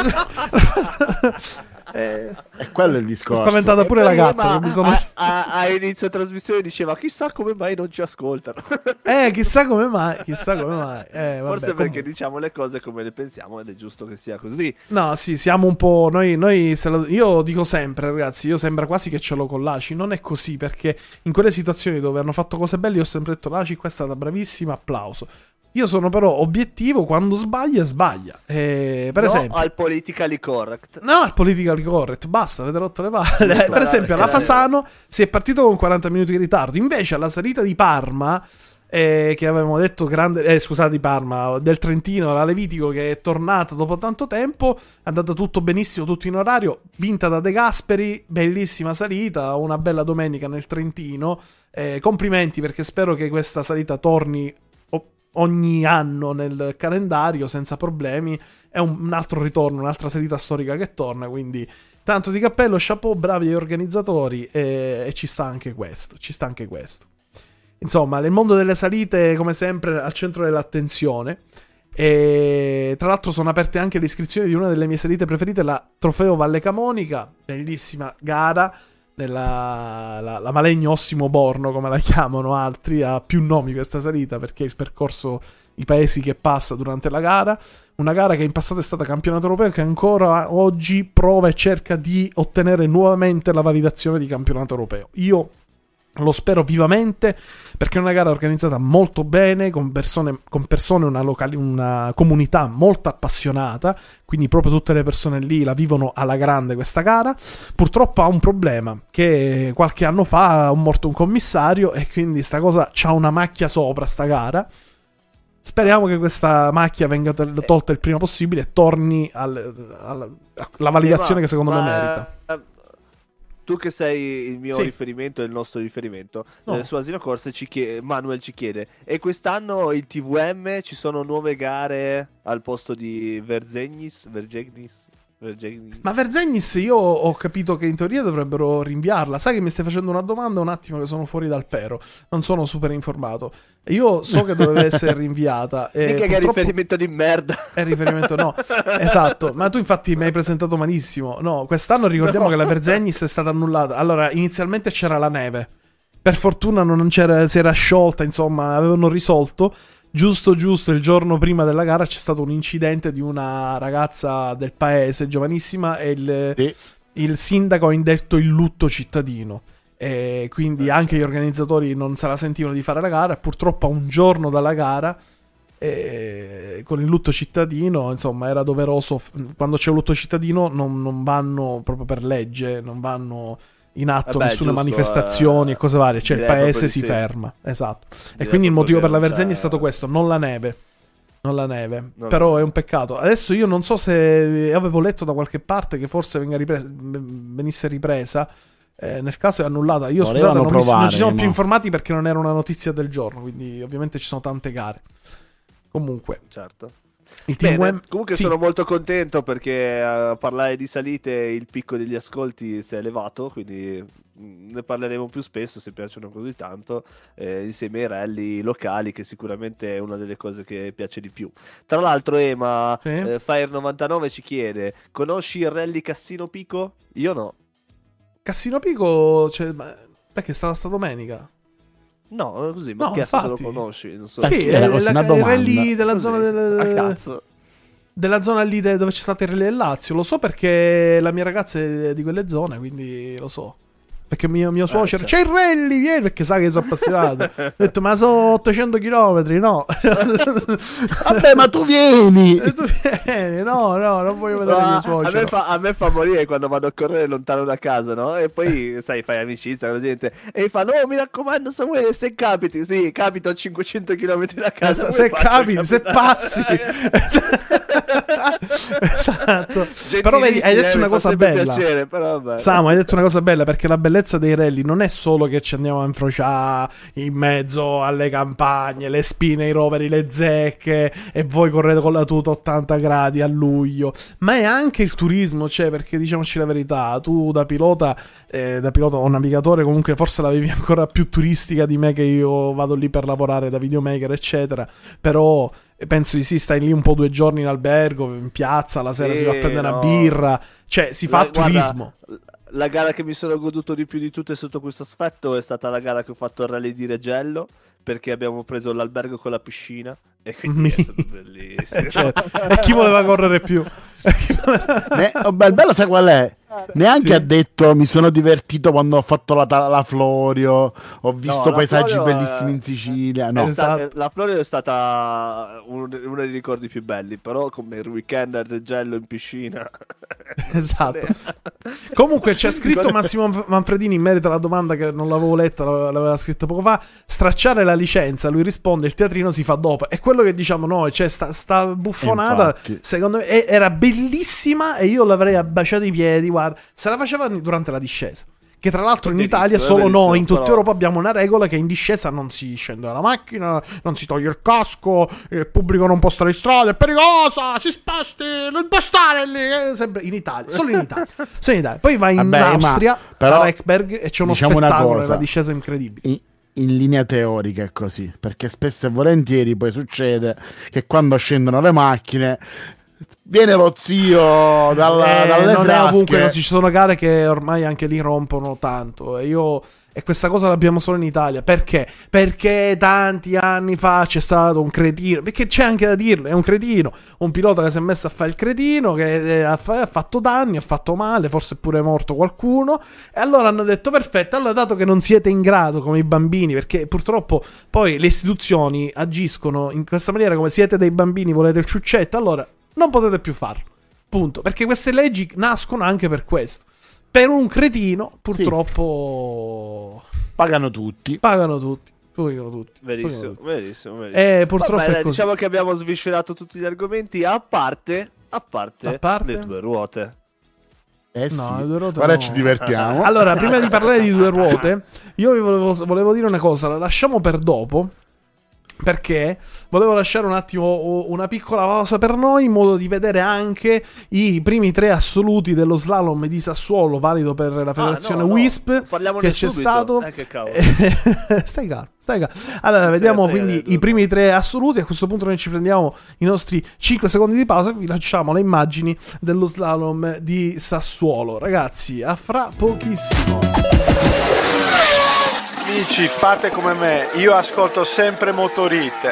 eh, E quello è il Ho discorso. spaventata pure la Poi gatta. Ema Che mi sono... a, a- a inizio trasmissione diceva chissà come mai non ci ascoltano. Eh, chissà come mai. Chissà come mai. Eh, vabbè, Forse perché comunque. diciamo le cose come le pensiamo ed è giusto che sia così. No, sì, siamo un po'. Noi, noi se la- io dico sempre, ragazzi, io sembra quasi che ce l'ho con l'A C I. Non è così, perché in quelle situazioni dove hanno fatto cose belle, io ho sempre detto l'A C I qua è stata bravissima, applauso. Io sono però obiettivo, quando sbaglia, sbaglia. Eh, per No esempio. al politically correct. No, il politically correct, basta, avete rotto le palle. Basta, Per esempio, alla perché- Fasano si è partito con quaranta minuti di ritardo. Invece, alla salita di Parma, eh, che avevamo detto grande, eh, scusate, di Parma, del Trentino, la Levitico, che è tornata dopo tanto tempo, è andato tutto benissimo, tutto in orario, vinta da De Gasperi, bellissima salita, una bella domenica nel Trentino. Eh, complimenti, perché spero che questa salita torni o- ogni anno nel calendario senza problemi. È un, un altro ritorno, un'altra salita storica che torna, quindi tanto di cappello, chapeau, bravi gli organizzatori, e, e ci sta anche questo, ci sta anche questo. Insomma, nel mondo delle salite, come sempre, al centro dell'attenzione. E tra l'altro sono aperte anche le iscrizioni di una delle mie salite preferite, la Trofeo Valle Camonica, bellissima gara, nella la, la Malegno Ossimo Borno, come la chiamano altri, ha più nomi questa salita perché il percorso, i paesi che passa durante la gara, una gara che in passato è stata campionato europeo e che ancora oggi prova e cerca di ottenere nuovamente la validazione di campionato europeo. Io lo spero vivamente, perché è una gara organizzata molto bene, con persone, con persone una, locali, una comunità molto appassionata, quindi proprio tutte le persone lì la vivono alla grande questa gara. Purtroppo ha un problema, che qualche anno fa è morto un commissario e quindi sta cosa c'ha una macchia sopra sta gara. Speriamo che questa macchia venga tol- tolta il prima possibile e torni al- al- alla validazione Eh, ma- che secondo me ma, merita. eh, Tu che sei il mio Sì. riferimento e il nostro riferimento, No. eh, su Asino Corse ci chie- Manuel ci chiede: e quest'anno il T V M ci sono nuove gare al posto di Verzegnis? Vergegnis? Vergegnis? Ma Verzegnis io ho capito che in teoria dovrebbero rinviarla. Sai che mi stai facendo una domanda un attimo che sono fuori dal pero. Non sono super informato. Io so che doveva essere rinviata. E Mica che è purtroppo riferimento di merda. è riferimento no. Esatto. Ma tu infatti mi hai presentato malissimo. No, quest'anno ricordiamo No. che la Verzegnis è stata annullata. Allora, inizialmente c'era la neve. Per fortuna non c'era, si era sciolta, insomma, avevano risolto. Giusto giusto il giorno prima della gara c'è stato un incidente di una ragazza del paese, giovanissima, e il, Sì. il sindaco ha indetto il lutto cittadino. E quindi anche gli organizzatori non se la sentivano di fare la gara. Purtroppo a un giorno dalla gara, eh, con il lutto cittadino, insomma, era doveroso. Quando c'è un lutto cittadino non, non vanno proprio per legge, non vanno in atto Vabbè, nessuna giusto, manifestazioni eh, e cose varie, cioè il direi paese proprio si di sì. ferma, esatto. E Direi quindi il motivo per proprio la che non Vergogna è c'è- stato questo, non la neve. Non la neve, No, però no. è un peccato. Adesso io non so se avevo letto da qualche parte che forse venga ripresa, venisse ripresa. Eh, nel caso è annullata. Io Volevano scusate, non, mi- provare, non ci siamo ma- più informati perché non era una notizia del giorno. Quindi, ovviamente, ci sono tante gare. Comunque, Certo. il team Bene, Wem- comunque sì, sono molto contento perché a parlare di salite il picco degli ascolti si è elevato, quindi mh, ne parleremo più spesso se piacciono così tanto, eh, insieme ai rally locali, che sicuramente è una delle cose che piace di più. Tra l'altro Ema, Sì. eh, Fire novantanove ci chiede: conosci il rally Cassino Pico? Io no. Cassino Pico, cioè, ma- perché è stata sta domenica? No, così, ma No, che se lo infatti. conosci? Non so. Sì, Perché è era la- così una il domanda. rally della Così, zona del, a cazzo. della zona lì de- dove c'è stato il rally del Lazio. Lo so perché la mia ragazza è di quelle zone, quindi lo so. Perché mio, mio suocero, certo. c'è il rally, vieni, perché sa che io sono appassionato. Ho detto, ma sono ottocento chilometri, no. Vabbè, ma tu vieni! E tu vieni, no, no, non voglio vedere No, mio a, suocero. me fa, a me fa morire quando vado a correre lontano da casa, no? E poi, sai, fai amicizia con la gente e mi fa: no, mi raccomando, Samuele, se capiti, sì, capito a cinquecento chilometri da casa. Eh, come se faccio a capiti, se capitare? passi. Esatto. Però vedi, hai Gentilissimi, detto eh, una mi fa cosa sempre bella. piacere, però vabbè. Samu, hai detto una cosa bella, perché la bellezza dei rally non è solo che ci andiamo a infrociare in mezzo alle campagne, le spine, i roveri, le zecche e voi correte con la tuta ottanta gradi a luglio, ma è anche il turismo, cioè, perché diciamoci la verità, tu da pilota, eh, da pilota o navigatore comunque forse l'avevi ancora più turistica di me, che io vado lì per lavorare da videomaker eccetera, però penso di sì, stai lì un po' due giorni in albergo, in piazza, la sera Sì, si va a prendere no. una birra, cioè si fa La- guarda, turismo. la gara che mi sono goduto di più di tutte sotto questo aspetto è stata la gara che ho fatto al rally di Reggello, perché abbiamo preso l'albergo con la piscina e quindi è stato bellissimo. Eh, certo. E chi voleva correre più? Ne- oh, beh, il bello sai qual è? Neanche Sì. ha detto mi sono divertito quando ho fatto la, ta- la Florio, ho visto la paesaggi Florio è- bellissimi in Sicilia. No, È sta- Esatto. La Florio è stata uno, de- uno dei ricordi più belli, però come il weekend al Reggello in piscina. Esatto. Comunque c'è scritto Massimo Manfredini in merito alla domanda che non l'avevo letta, l'ave- l'aveva scritto poco fa. Stracciare la licenza, lui risponde: il teatrino si fa dopo. È quello che diciamo noi, cioè sta, sta buffonata, Infatti. secondo me e- era bellissima e io l'avrei abbaciato i piedi, guarda, se la faceva durante la discesa. Che tra l'altro in Bellissimo, Italia è solo bellissimo, noi in tutta però- Europa abbiamo una regola che in discesa non si scende dalla macchina, non si toglie il casco, il pubblico non può stare in strada, è pericolosa, si sposti, non può stare lì, eh, sempre in Italia, solo in Italia. Solo in Italia. Poi vai in Vabbè, ma- Austria, però a Reckberg, e c'è uno diciamo una spettacolo cosa. nella discesa incredibile. in, in linea teorica è così, perché spesso e volentieri poi succede che quando scendono le macchine viene lo zio dalla, Eh, dalle non è frasche. ovunque così, ci sono gare che ormai anche lì rompono tanto e io e questa cosa l'abbiamo solo in Italia. Perché? Perché tanti anni fa c'è stato un cretino, perché c'è anche da dirlo, è un cretino, un pilota che si è messo a fare il cretino, che eh, ha, fa- ha fatto danni, ha fatto male, forse è pure morto qualcuno, e allora hanno detto perfetto, allora dato che non siete in grado come i bambini, perché purtroppo poi le istituzioni agiscono in questa maniera, come siete dei bambini, volete il ciuccetto, allora non potete più farlo. Punto. Perché queste leggi nascono anche per questo. Per un cretino, purtroppo, Pagano tutti. pagano tutti. Pagano tutti. Verissimo, Pagano tutti. verissimo, verissimo. Eh, purtroppo Vabbè, è dai, così. diciamo che abbiamo sviscerato tutti gli argomenti, a parte, a parte, A parte? le due ruote. Eh No, sì. le due ruote Ora no. ci divertiamo. Allora, prima di parlare di due ruote, io vi volevo, volevo dire una cosa, la lasciamo per dopo. Perché volevo lasciare un attimo una piccola pausa per noi, in modo di vedere anche i primi tre assoluti dello slalom di Sassuolo, valido per la federazione Ah, no, no, W I S P, parliamone che c'è subito. stato. Eh, che cavolo. stai calmo, stai calmo. Allora, Se vediamo ne frega quindi del i primi tre assoluti. A questo punto noi ci prendiamo i nostri cinque secondi di pausa e vi lasciamo le immagini dello slalom di Sassuolo. Ragazzi, a fra pochissimo. Amici, fate come me, io ascolto sempre Motorite.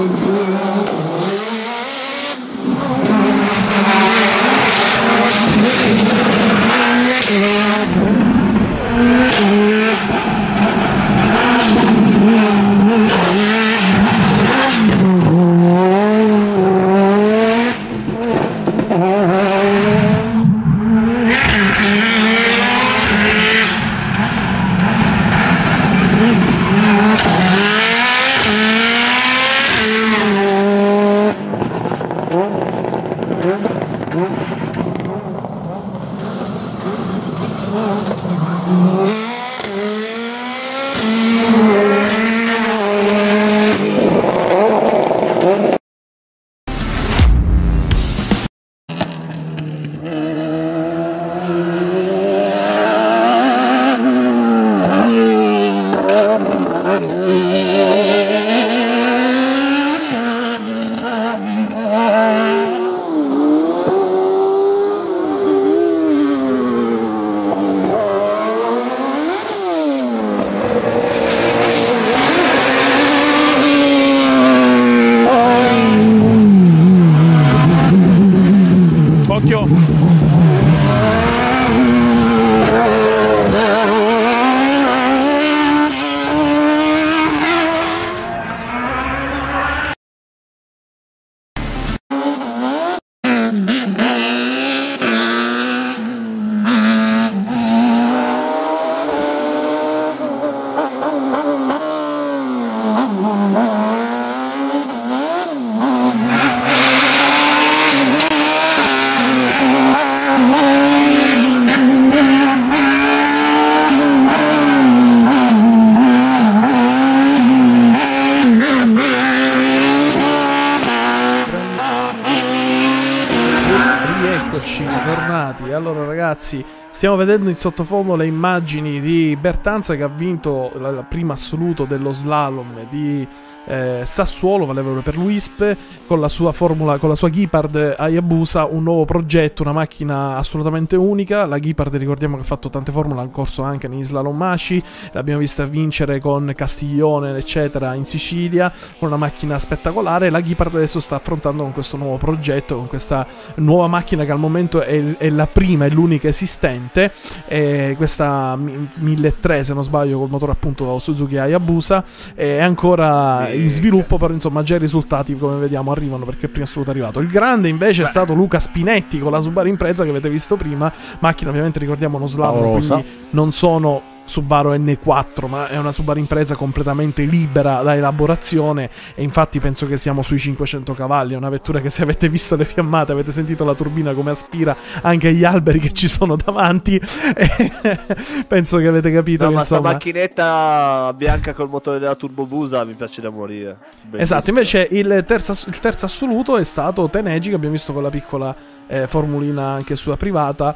Stiamo vedendo in sottofondo le immagini di Bertanza che ha vinto il primo assoluto dello slalom di eh, Sassuolo, valevole per l'U I S P, con la sua formula, con la sua Gepard Hayabusa, un nuovo progetto, una macchina assolutamente unica. La Gepard, ricordiamo che ha fatto tante formule, ha corso anche negli slalom Maci, l'abbiamo vista vincere con Castiglione eccetera in Sicilia, con una macchina spettacolare. La Gepard adesso sta affrontando con questo nuovo progetto, con questa nuova macchina che al momento è, è la prima e l'unica esistente, e questa milletrecento se non sbaglio, col motore appunto Suzuki Hayabusa, è ancora in sviluppo, però insomma già i risultati come vediamo arrivano, perché il primo assoluto è arrivato. Il grande invece Beh. è stato Luca Spinetti con la Subaru Impreza che avete visto prima, macchina ovviamente ricordiamo uno slalom, quindi non sono Subaru N quattro, ma è una Subaru Impreza completamente libera da elaborazione, e infatti penso che siamo sui cinquecento cavalli. È una vettura che, se avete visto le fiammate, avete sentito la turbina come aspira anche gli alberi che ci sono davanti, e penso che avete capito no, che ma insomma sta macchinetta bianca col motore della turbobusa mi piace da morire. Bellissimo. Esatto. Invece il terzo, il terzo assoluto è stato Tenegi, che abbiamo visto con la piccola eh, formulina anche sua privata,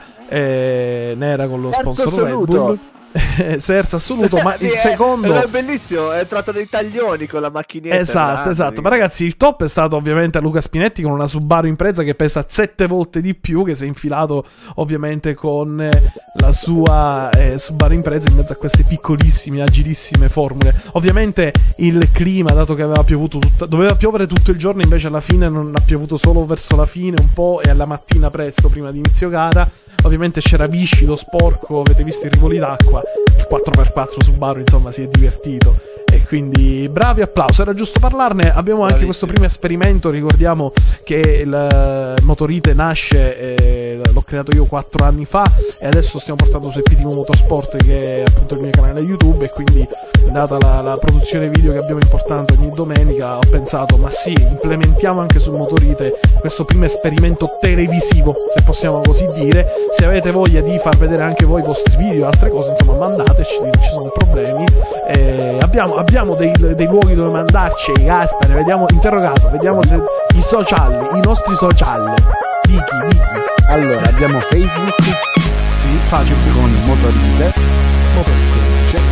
eh, nera, con lo terzo sponsor Red Bull. Terzo assoluto, ma il secondo è bellissimo, è entrato nei taglioni con la macchinetta. Esatto, grande, esatto. Ma ragazzi, il top è stato ovviamente Luca Spinetti con una Subaru Impreza che pesa sette volte di più, che si è infilato ovviamente con eh, la sua eh, Subaru Impreza in mezzo a queste piccolissime, agilissime formule. Ovviamente il clima, dato che aveva piovuto tutta, doveva piovere tutto il giorno, invece alla fine non ha piovuto solo verso la fine un po' e alla mattina presto prima di inizio gara. Ovviamente c'era viscido, sporco, avete visto i rivoli d'acqua. Il quattro per quattro Subaru insomma si è divertito, e quindi bravi, applauso, era giusto parlarne. Abbiamo Bravissimo. anche questo primo esperimento, ricordiamo che il Motorite nasce, eh, l'ho creato io quattro anni fa, e adesso stiamo portando su P T V Motorsport, che è appunto il mio canale YouTube, e quindi data la, la produzione video che abbiamo importante ogni domenica, ho pensato ma sì, implementiamo anche sul Motorite questo primo esperimento televisivo, se possiamo così dire. Se avete voglia di far vedere anche voi i vostri video e altre cose, insomma mandateci, non ci sono problemi. eh, abbiamo, abbiamo dei, dei luoghi dove mandarci, Gaspare, vediamo, interrogato, vediamo se i social, i nostri social, Vicky, Vicky. Allora, abbiamo Facebook, sì, facile, con Motorite, Motorite,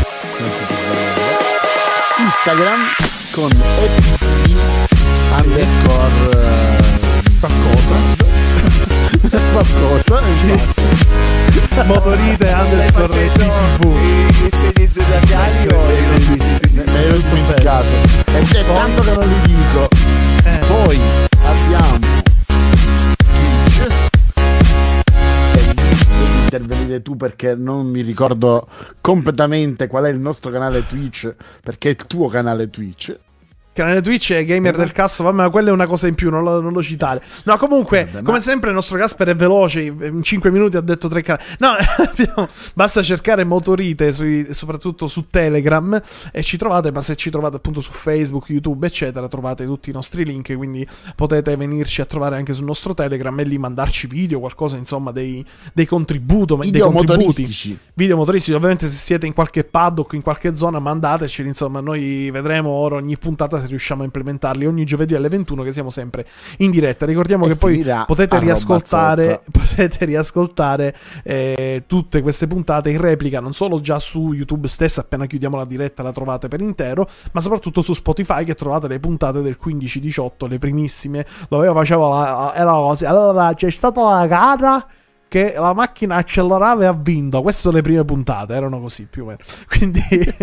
Instagram con E P C underscore qualcosa qualcosa, sì. Motorite underscore T V. I segni zodiacali o me l'ho dimenticato, e c'è tanto che non li dico. Poi abbiamo Twitch. E devi intervenire tu perché non mi ricordo completamente qual è il nostro canale Twitch, perché è il tuo canale Twitch. Canale Twitch e Gamer del Cazzo, vabbè, ma quella è una cosa in più, non lo, non lo citare. No, comunque, Vabbè, come ma... sempre il nostro Casper è veloce, in cinque minuti ha detto tre canali. No, abbiamo, basta cercare Motorite, sui, soprattutto su Telegram, e ci trovate, ma se ci trovate appunto su Facebook, YouTube, eccetera, trovate tutti i nostri link, quindi potete venirci a trovare anche sul nostro Telegram e lì mandarci video, qualcosa, insomma, dei, dei contributi, dei Video contributi. motoristici. Video motoristici, ovviamente se siete in qualche paddock, in qualche zona, mandateci, insomma, noi vedremo ora ogni puntata se riusciamo a implementarli ogni giovedì alle ventuno, che siamo sempre in diretta. Ricordiamo E che poi finirà potete a riascoltare roba potete riascoltare eh, tutte queste puntate in replica, non solo già su YouTube stessa, appena chiudiamo la diretta la trovate per intero, ma soprattutto su Spotify, che trovate le puntate del quindici diciotto, le primissime, dove io facevo la, era così. Allora c'è stata la gara che la macchina accelerava e ha vinto. Queste sono le prime puntate, erano così più o meno. Quindi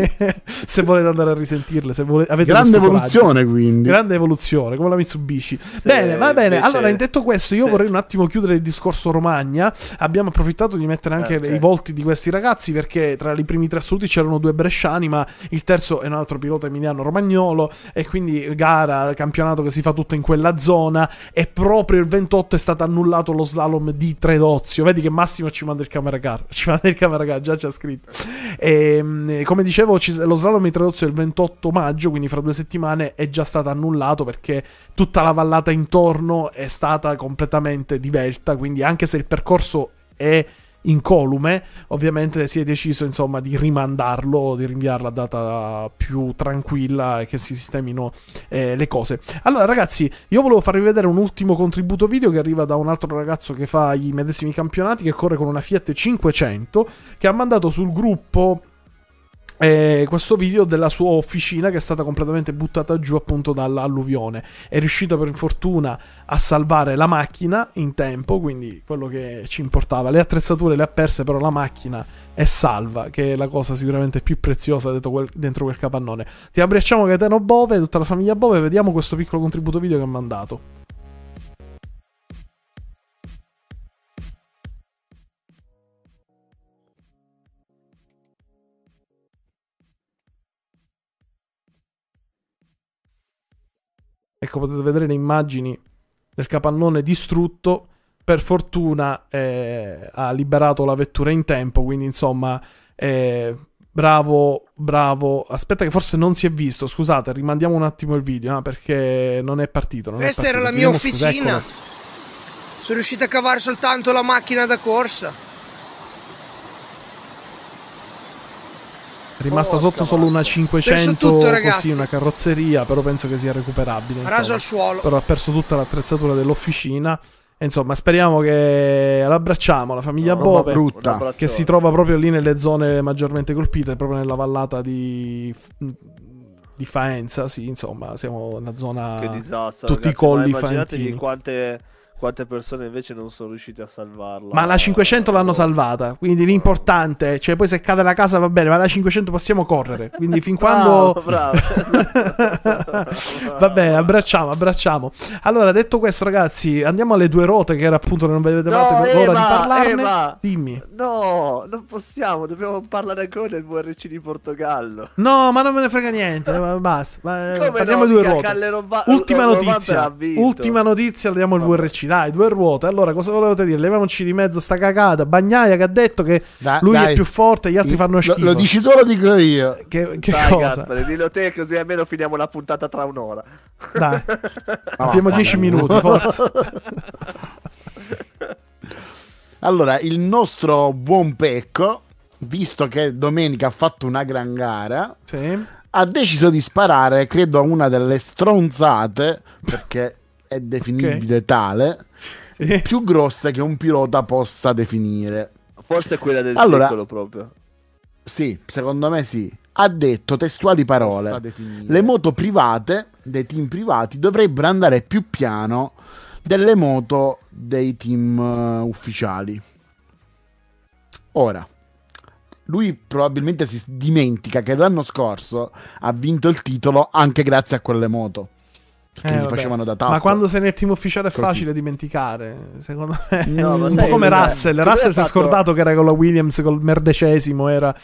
se volete andare a risentirle, se volete, avete grande questo evoluzione, coraggio. quindi Grande evoluzione, come la Mitsubishi. Se bene, va bene. invece- Allora, in detto questo, io se- vorrei un attimo chiudere il discorso Romagna. Abbiamo approfittato di mettere anche Ah, ok. i volti di questi ragazzi, perché tra i primi tre assoluti c'erano due bresciani, ma il terzo è un altro pilota emiliano romagnolo, e quindi gara, campionato che si fa tutto in quella zona, e proprio il ventotto è stato annullato lo slalom di Tredozio. Vedi che Massimo ci manda il camera car, ci manda il camera car, già c'è scritto. E, come dicevo, ci- lo slalom di Tredozio è il ventotto maggio, quindi fra due settimane, è già stato annullato perché tutta la vallata intorno è stata completamente divelta, quindi anche se il percorso è incolume, ovviamente si è deciso, insomma, di rimandarlo, di rinviarla a data più tranquilla e che si sistemino eh, le cose. Allora, ragazzi, io volevo farvi vedere un ultimo contributo video che arriva da un altro ragazzo che fa i medesimi campionati, che corre con una Fiat cinquecento, che ha mandato sul gruppo eh, questo video della sua officina, che è stata completamente buttata giù appunto dall'alluvione. È riuscito per fortuna a salvare la macchina in tempo, quindi quello che ci importava. Le attrezzature le ha perse, però la macchina è salva, che è la cosa sicuramente più preziosa dentro quel, dentro quel capannone. Ti abbracciamo, Gaetano Bove, tutta la famiglia Bove. Vediamo questo piccolo contributo video che ha mandato. Ecco, potete vedere le immagini del capannone distrutto. Per fortuna eh, ha liberato la vettura in tempo, quindi insomma eh, bravo, bravo. Aspetta che forse non si è visto, scusate, rimandiamo un attimo il video, eh, perché non è partito. Non Questa è partito. era la mia Chiediamo scusa, officina. eccola. Sono riuscito a cavare soltanto la macchina da corsa. È rimasta Porca sotto solo una vacca. cinquecento, Perso tutto, ragazzi. così, una carrozzeria, però penso che sia recuperabile. Raso insomma. al suolo. Però ha perso tutta l'attrezzatura dell'officina. E insomma, speriamo che l'abbracciamo, la famiglia roba Bove, brutta. Un abbraccione. che si trova proprio lì nelle zone maggiormente colpite, proprio nella vallata di, di Faenza. Sì, insomma, siamo nella zona. Che disastro, tutti i ragazzi, ma colli immaginatevi faentini. quante, quante persone invece non sono riuscite a salvarla. Ma la cinquecento l'hanno salvata, quindi l'importante, cioè poi se cade la casa va bene, ma la cinquecento possiamo correre, quindi fin quando... Bravo, bravo. Vabbè, abbracciamo, abbracciamo. Allora, detto questo, ragazzi, andiamo alle due ruote, che era appunto non vedete No, l'ora Eva, di parlarne. Eva. Dimmi. No, non possiamo, dobbiamo parlare ancora del V R C di Portogallo. No, ma non me ne frega niente, ma basta. Ma, eh, Come parliamo no, di due mica ruote. Callerova- Ultima Rovamper notizia. ha vinto. Ultima notizia, andiamo al V R C. Dai, due ruote. Allora, cosa volevate dire? Leviamoci di mezzo sta cagata. Bagnaia che ha detto che Da- lui dai. è più forte e gli altri fanno Lo- schifo. Lo, dici tu o lo dico io? Che, che Dai, cosa? Gaspare, dillo te, così almeno finiamo la puntata tra un'ora. Dai, No, abbiamo no, dieci no. minuti, forza. Allora, il nostro buon Pecco, visto che domenica ha fatto una gran gara, Sì. ha deciso di sparare, credo, a una delle stronzate, perché è definibile tale, Sì. più grosse che un pilota possa definire. Forse quella del Allora- secolo proprio. Sì, secondo me sì. Ha detto testuali parole: le moto private dei team privati dovrebbero andare più piano delle moto dei team uh, ufficiali. Ora, lui probabilmente si dimentica che l'anno scorso ha vinto il titolo anche grazie a quelle moto. Perché Eh, li vabbè. facevano da tappa. Ma quando sei nel team ufficiale è Così. facile dimenticare. Secondo me, No, ma un sai po' come cos'è? Russell. Cos'è Russell si è fatto- scordato che era con la Williams col merdecesimo. Era.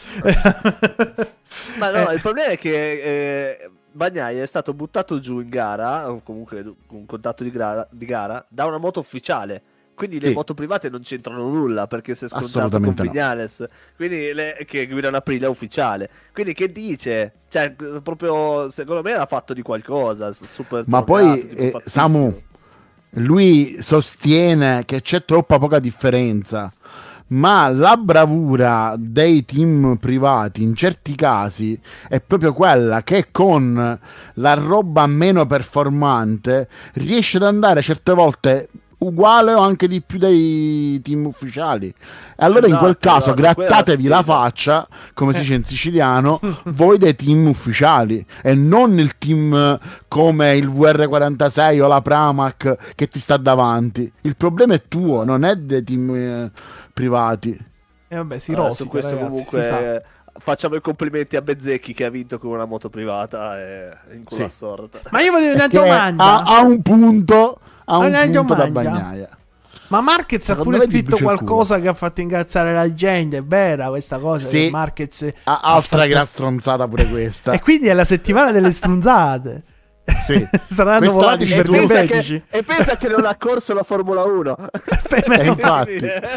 Ma no, Eh. il problema è che eh, Bagnaia è stato buttato giù in gara, o comunque con un contatto di, gra- di gara, da una moto ufficiale. Quindi le Sì. moto private non c'entrano nulla perché si è scontato con Assolutamente no. Vignales. Quindi le, che guida una Aprilia ufficiale. Quindi che dice? Cioè, proprio secondo me era fatto di qualcosa. Super Ma tornato, poi, tipo eh, fattissimo. Samu, lui sostiene che c'è troppa poca differenza, ma la bravura dei team privati in certi casi è proprio quella che con la roba meno performante riesce ad andare certe volte uguale o anche di più dei team ufficiali. E allora in quel Esatto, caso guarda, quella è la grattatevi la sfida. faccia, come si dice in siciliano, voi dei team ufficiali e non il team come il V R quarantasei o la Pramac che ti sta davanti. Il problema è tuo, non è dei team eh, privati. E vabbè, si Allora, rosica, su questo ragazzi, comunque si sa. eh, facciamo i complimenti a Bezzecchi che ha vinto con una moto privata e in culo Sì. a sorta. Ma io voglio una Che domanda. ha, ha un punto, ha un Una punto da domanda. Bagnaia. Ma Marquez ha Secondo pure me ti scritto brucia il qualcosa che ha fatto incazzare la gente. È vera questa cosa? Sì. Che Marquez Ha- ha altra fatto- gran stronzata pure questa. E quindi è la settimana delle stronzate. Sì. Saranno Questa la volati dici per tu. dei pensa medici. che, e pensa che non ha corso la Formula uno. Eh, infatti.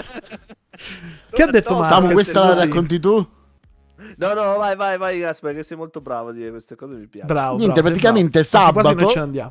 Che ha detto No, Marquez? Samu, questa la Così. racconti tu? No, no, vai, vai, vai, Gaspar, che sei molto bravo a dire queste cose, mi piace. Bravo, Niente, bravo, sei praticamente bravo. Quasi quasi sabato- noi ce ne andiamo.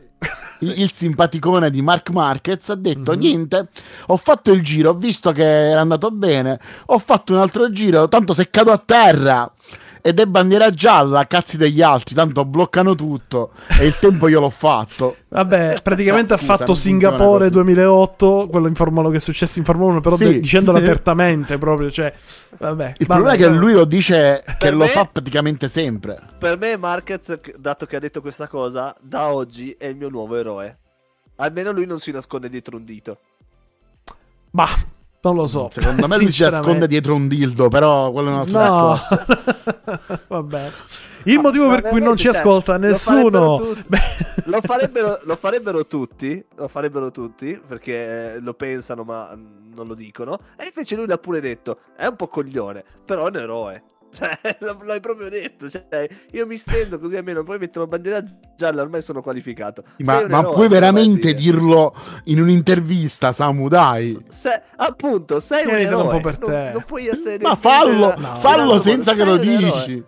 Il, il simpaticone di Mark Marquez ha detto: Mhm. niente, ho fatto il giro, ho visto che era andato bene, ho fatto un altro giro, tanto se cado a terra ed è bandiera gialla, cazzi degli altri, tanto bloccano tutto e il tempo io l'ho fatto. Vabbè, praticamente No, ha scusa, fatto non funziona Singapore così. duemilaotto, quello in Formula uno che è successo in Formula uno, però Sì. de- dicendolo apertamente proprio, cioè, vabbè. Il vabbè, problema è che no. lui lo dice che Per lo me- fa praticamente sempre. Per me Marquez, dato che ha detto questa cosa, da oggi è il mio nuovo eroe. Almeno lui non si nasconde dietro un dito. Ma non lo so. Secondo me lui si nasconde dietro un dildo, però quello è un altro No, discorso. vabbè. Il motivo Ma per cui non veramente, ci cioè, ascolta lo nessuno. farebbero tutti. Beh, Lo farebbero, lo farebbero tutti, lo farebbero tutti, perché eh, lo pensano ma mm, non lo dicono. E invece lui l'ha pure detto, è un po' coglione, però è un eroe. Cioè, lo- l'hai proprio detto. Cioè, io mi stendo così almeno poi metto la bandiera gialla, ormai sono qualificato. Ma, Sei un ma eroe, puoi però, veramente vai a dire. dirlo in un'intervista, Samu, dai? Se- appunto, sei un Tienitelo un eroe. po' per non, te. non puoi essere Ma nel fallo, film, no, fallo no, senza sei che lo un eroe. dici.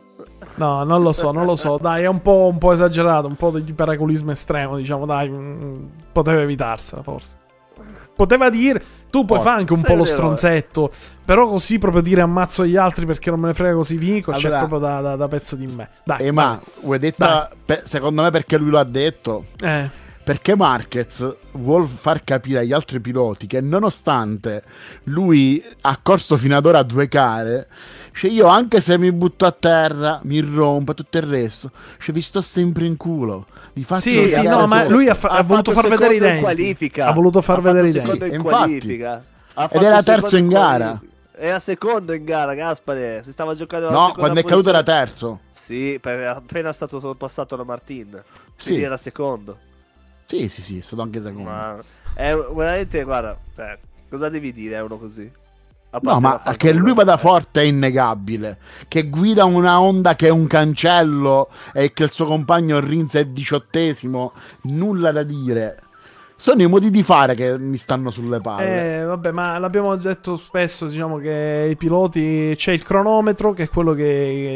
no, non lo so, non lo so. Dai, è un po', un po' esagerato, un po' di paraculismo estremo, diciamo, dai, mm, poteva evitarsela forse. Poteva dire, tu puoi Forse, fare anche un sei po' lo un eroe. stronzetto, però così proprio dire ammazzo gli altri perché non me ne frega così vinco, c'è Allora- proprio da, da- da pezzo di me. Dai, Eh, ma vuoi detta, pe- secondo me perché lui l'ha detto? vai. Eh, Perché Marquez vuol far capire agli altri piloti che nonostante lui ha corso fino ad ora a due gare, cioè io anche se mi butto a terra, mi rompo e tutto il resto, cioè vi sto sempre in culo. Vi faccio sì, sì, cagare no, ma solo. lui ha, fa- Ha ha voluto fatto far vedere i secondo in denti. qualifica. Ha voluto far Ha vedere i fatto denti. secondo in Infatti. qualifica. Ha Ed fatto era secondo terzo in gara. qualifica. Era secondo in gara, Gaspare. Si stava giocando la No, seconda quando è caduto era posizione. terzo. Sì, per- appena stato sorpassato da Martin. Sì. Quindi era secondo. Sì, sì, sì, è stato anche secondo. Ma è veramente, guarda, cioè, cosa devi dire a uno così? A parte No, la ma fortuna, che lui vada eh. forte è innegabile. Che guida una Honda che è un cancello e che il suo compagno Rins è diciottesimo, nulla da dire. Sono i modi di fare che mi stanno sulle palle. Eh, vabbè, ma l'abbiamo detto spesso, diciamo che i piloti c'è il cronometro, che è quello che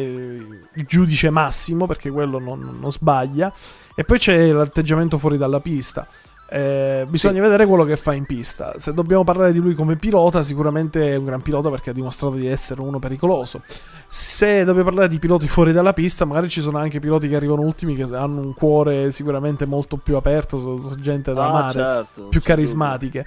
è il giudice massimo, perché quello non, non sbaglia, e poi c'è l'atteggiamento fuori dalla pista. Eh, bisogna Sì. vedere quello che fa in pista. Se dobbiamo parlare di lui come pilota, sicuramente è un gran pilota perché ha dimostrato di essere uno pericoloso. Se dobbiamo parlare di piloti fuori dalla pista, magari ci sono anche piloti che arrivano ultimi che hanno un cuore sicuramente molto più aperto, sono, sono gente da Ah, amare, certo, più sì, carismatiche.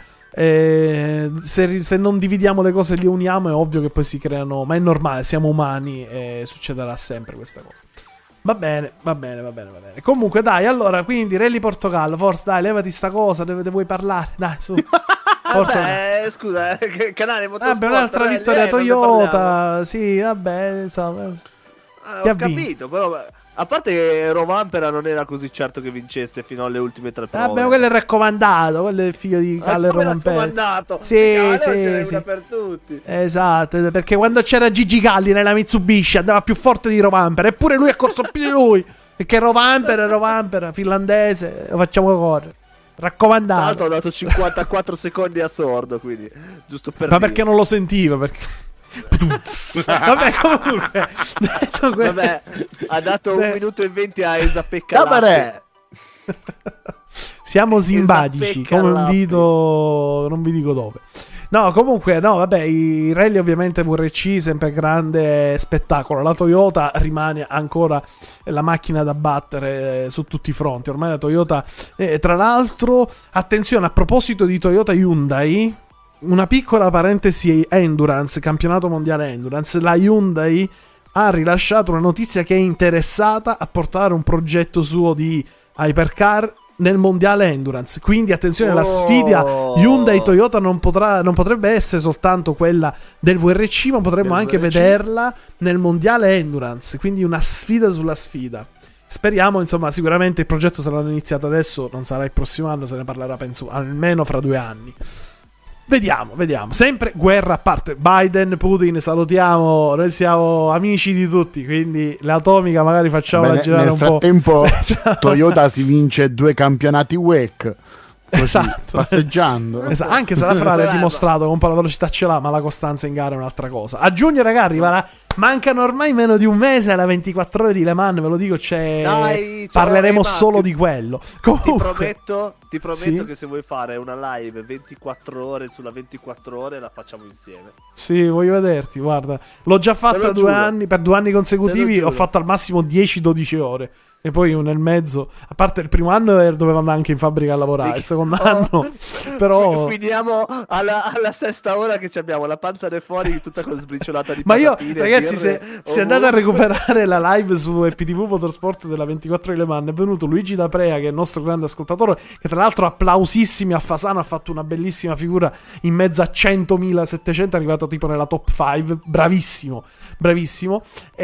Eh, se, se non dividiamo le cose e le uniamo, è ovvio che poi si creano. Ma è normale, siamo umani e succederà sempre questa cosa. Va bene, va bene, va bene, va bene. Comunque, dai, allora, quindi Rally Portogallo, forse dai, levati sta cosa, dove te vuoi parlare? Dai, su. Porta- Vabbè, scusa, eh, che- canale motorsport. Vabbè, un'altra eh, vittoria lei, non ne parliamo. Toyota. Sì, vabbè, insomma. Ah, Chi ho ha vinto? capito, però A parte che Rovanpera non era così certo che vincesse fino alle ultime tre prove. Vabbè, quello è raccomandato, quello è il figlio di Calle Rovanpera. raccomandato. Sì, Cavolo, sì, ce n'è sì. una per tutti. Esatto, perché quando c'era Gigi Galli nella Mitsubishi andava più forte di Rovanpera, eppure lui ha corso più di lui. Perché Rovanpera è Rovanpera, finlandese, lo facciamo correre. Tra Raccomandato. l'altro ho dato cinquantaquattro secondi a sordo, quindi giusto per Ma dire. perché non lo sentivo? Perché... Vabbè, comunque detto questo, Vabbè, ha dato un Eh. minuto e venti a Esapecca Cabaret. siamo simpatici Esapecca come un Lappi. dito, non vi dico dove. No, comunque, no, vabbè, i rally ovviamente V R C, sempre grande spettacolo. La Toyota rimane ancora la macchina da battere su tutti i fronti. Ormai la Toyota, eh, tra l'altro, attenzione, a proposito di Toyota Hyundai, una piccola parentesi Endurance, campionato mondiale Endurance, la Hyundai ha rilasciato una notizia che è interessata a portare un progetto suo di hypercar nel mondiale Endurance. Quindi attenzione, la sfida Oh. Hyundai Toyota non, potrà, non potrebbe essere soltanto quella del V R C, ma potremmo Del anche V R C. vederla nel mondiale Endurance. Quindi una sfida sulla sfida. Speriamo, insomma, sicuramente il progetto sarà iniziato adesso, non sarà il prossimo anno, se ne parlerà penso almeno fra due anni. Vediamo, vediamo. Sempre guerra a parte. Biden, Putin, salutiamo. Noi siamo amici di tutti. Quindi l'atomica magari facciamola Bene, girare nel un frattempo po'. Ciao. Toyota si vince due campionati W E C. Così, Esatto. passeggiando. Esatto. Anche se la Ferrari ha Guarda. dimostrato che un po' la velocità ce l'ha, ma la costanza in gara è un'altra cosa. A giugno, ragazzi, arriva la... mancano ormai meno di un mese alla ventiquattro ore di Le Mans. Ve lo dico, c'è. Dai, parleremo ciao, Ema, solo ti- di quello. Ti Comunque, prometto, ti prometto Sì? che se vuoi fare una live ventiquattro ore sulla ventiquattro ore la facciamo insieme. sì, voglio vederti. Guarda, l'ho già fatta lo due giuro. anni. Per due anni consecutivi Te lo ho giuro. fatto al massimo dieci dodici ore. E poi nel mezzo, a parte il primo anno eh, dovevo andare anche in fabbrica a lavorare, il secondo Oh. anno però... Fi- Finiamo alla, alla sesta ora che ci abbiamo la panza da fuori tutta con sbriciolata di Ma io, patatine, ragazzi, se, birre, se andate a ovunque. recuperare la live su E P T V Motorsport della ventiquattro di Le Mans, è venuto Luigi D'Aprea, che è il nostro grande ascoltatore, che tra l'altro applausissimi a Fasano, ha fatto una bellissima figura in mezzo a centomila settecento, è arrivato tipo nella top cinque, bravissimo, bravissimo.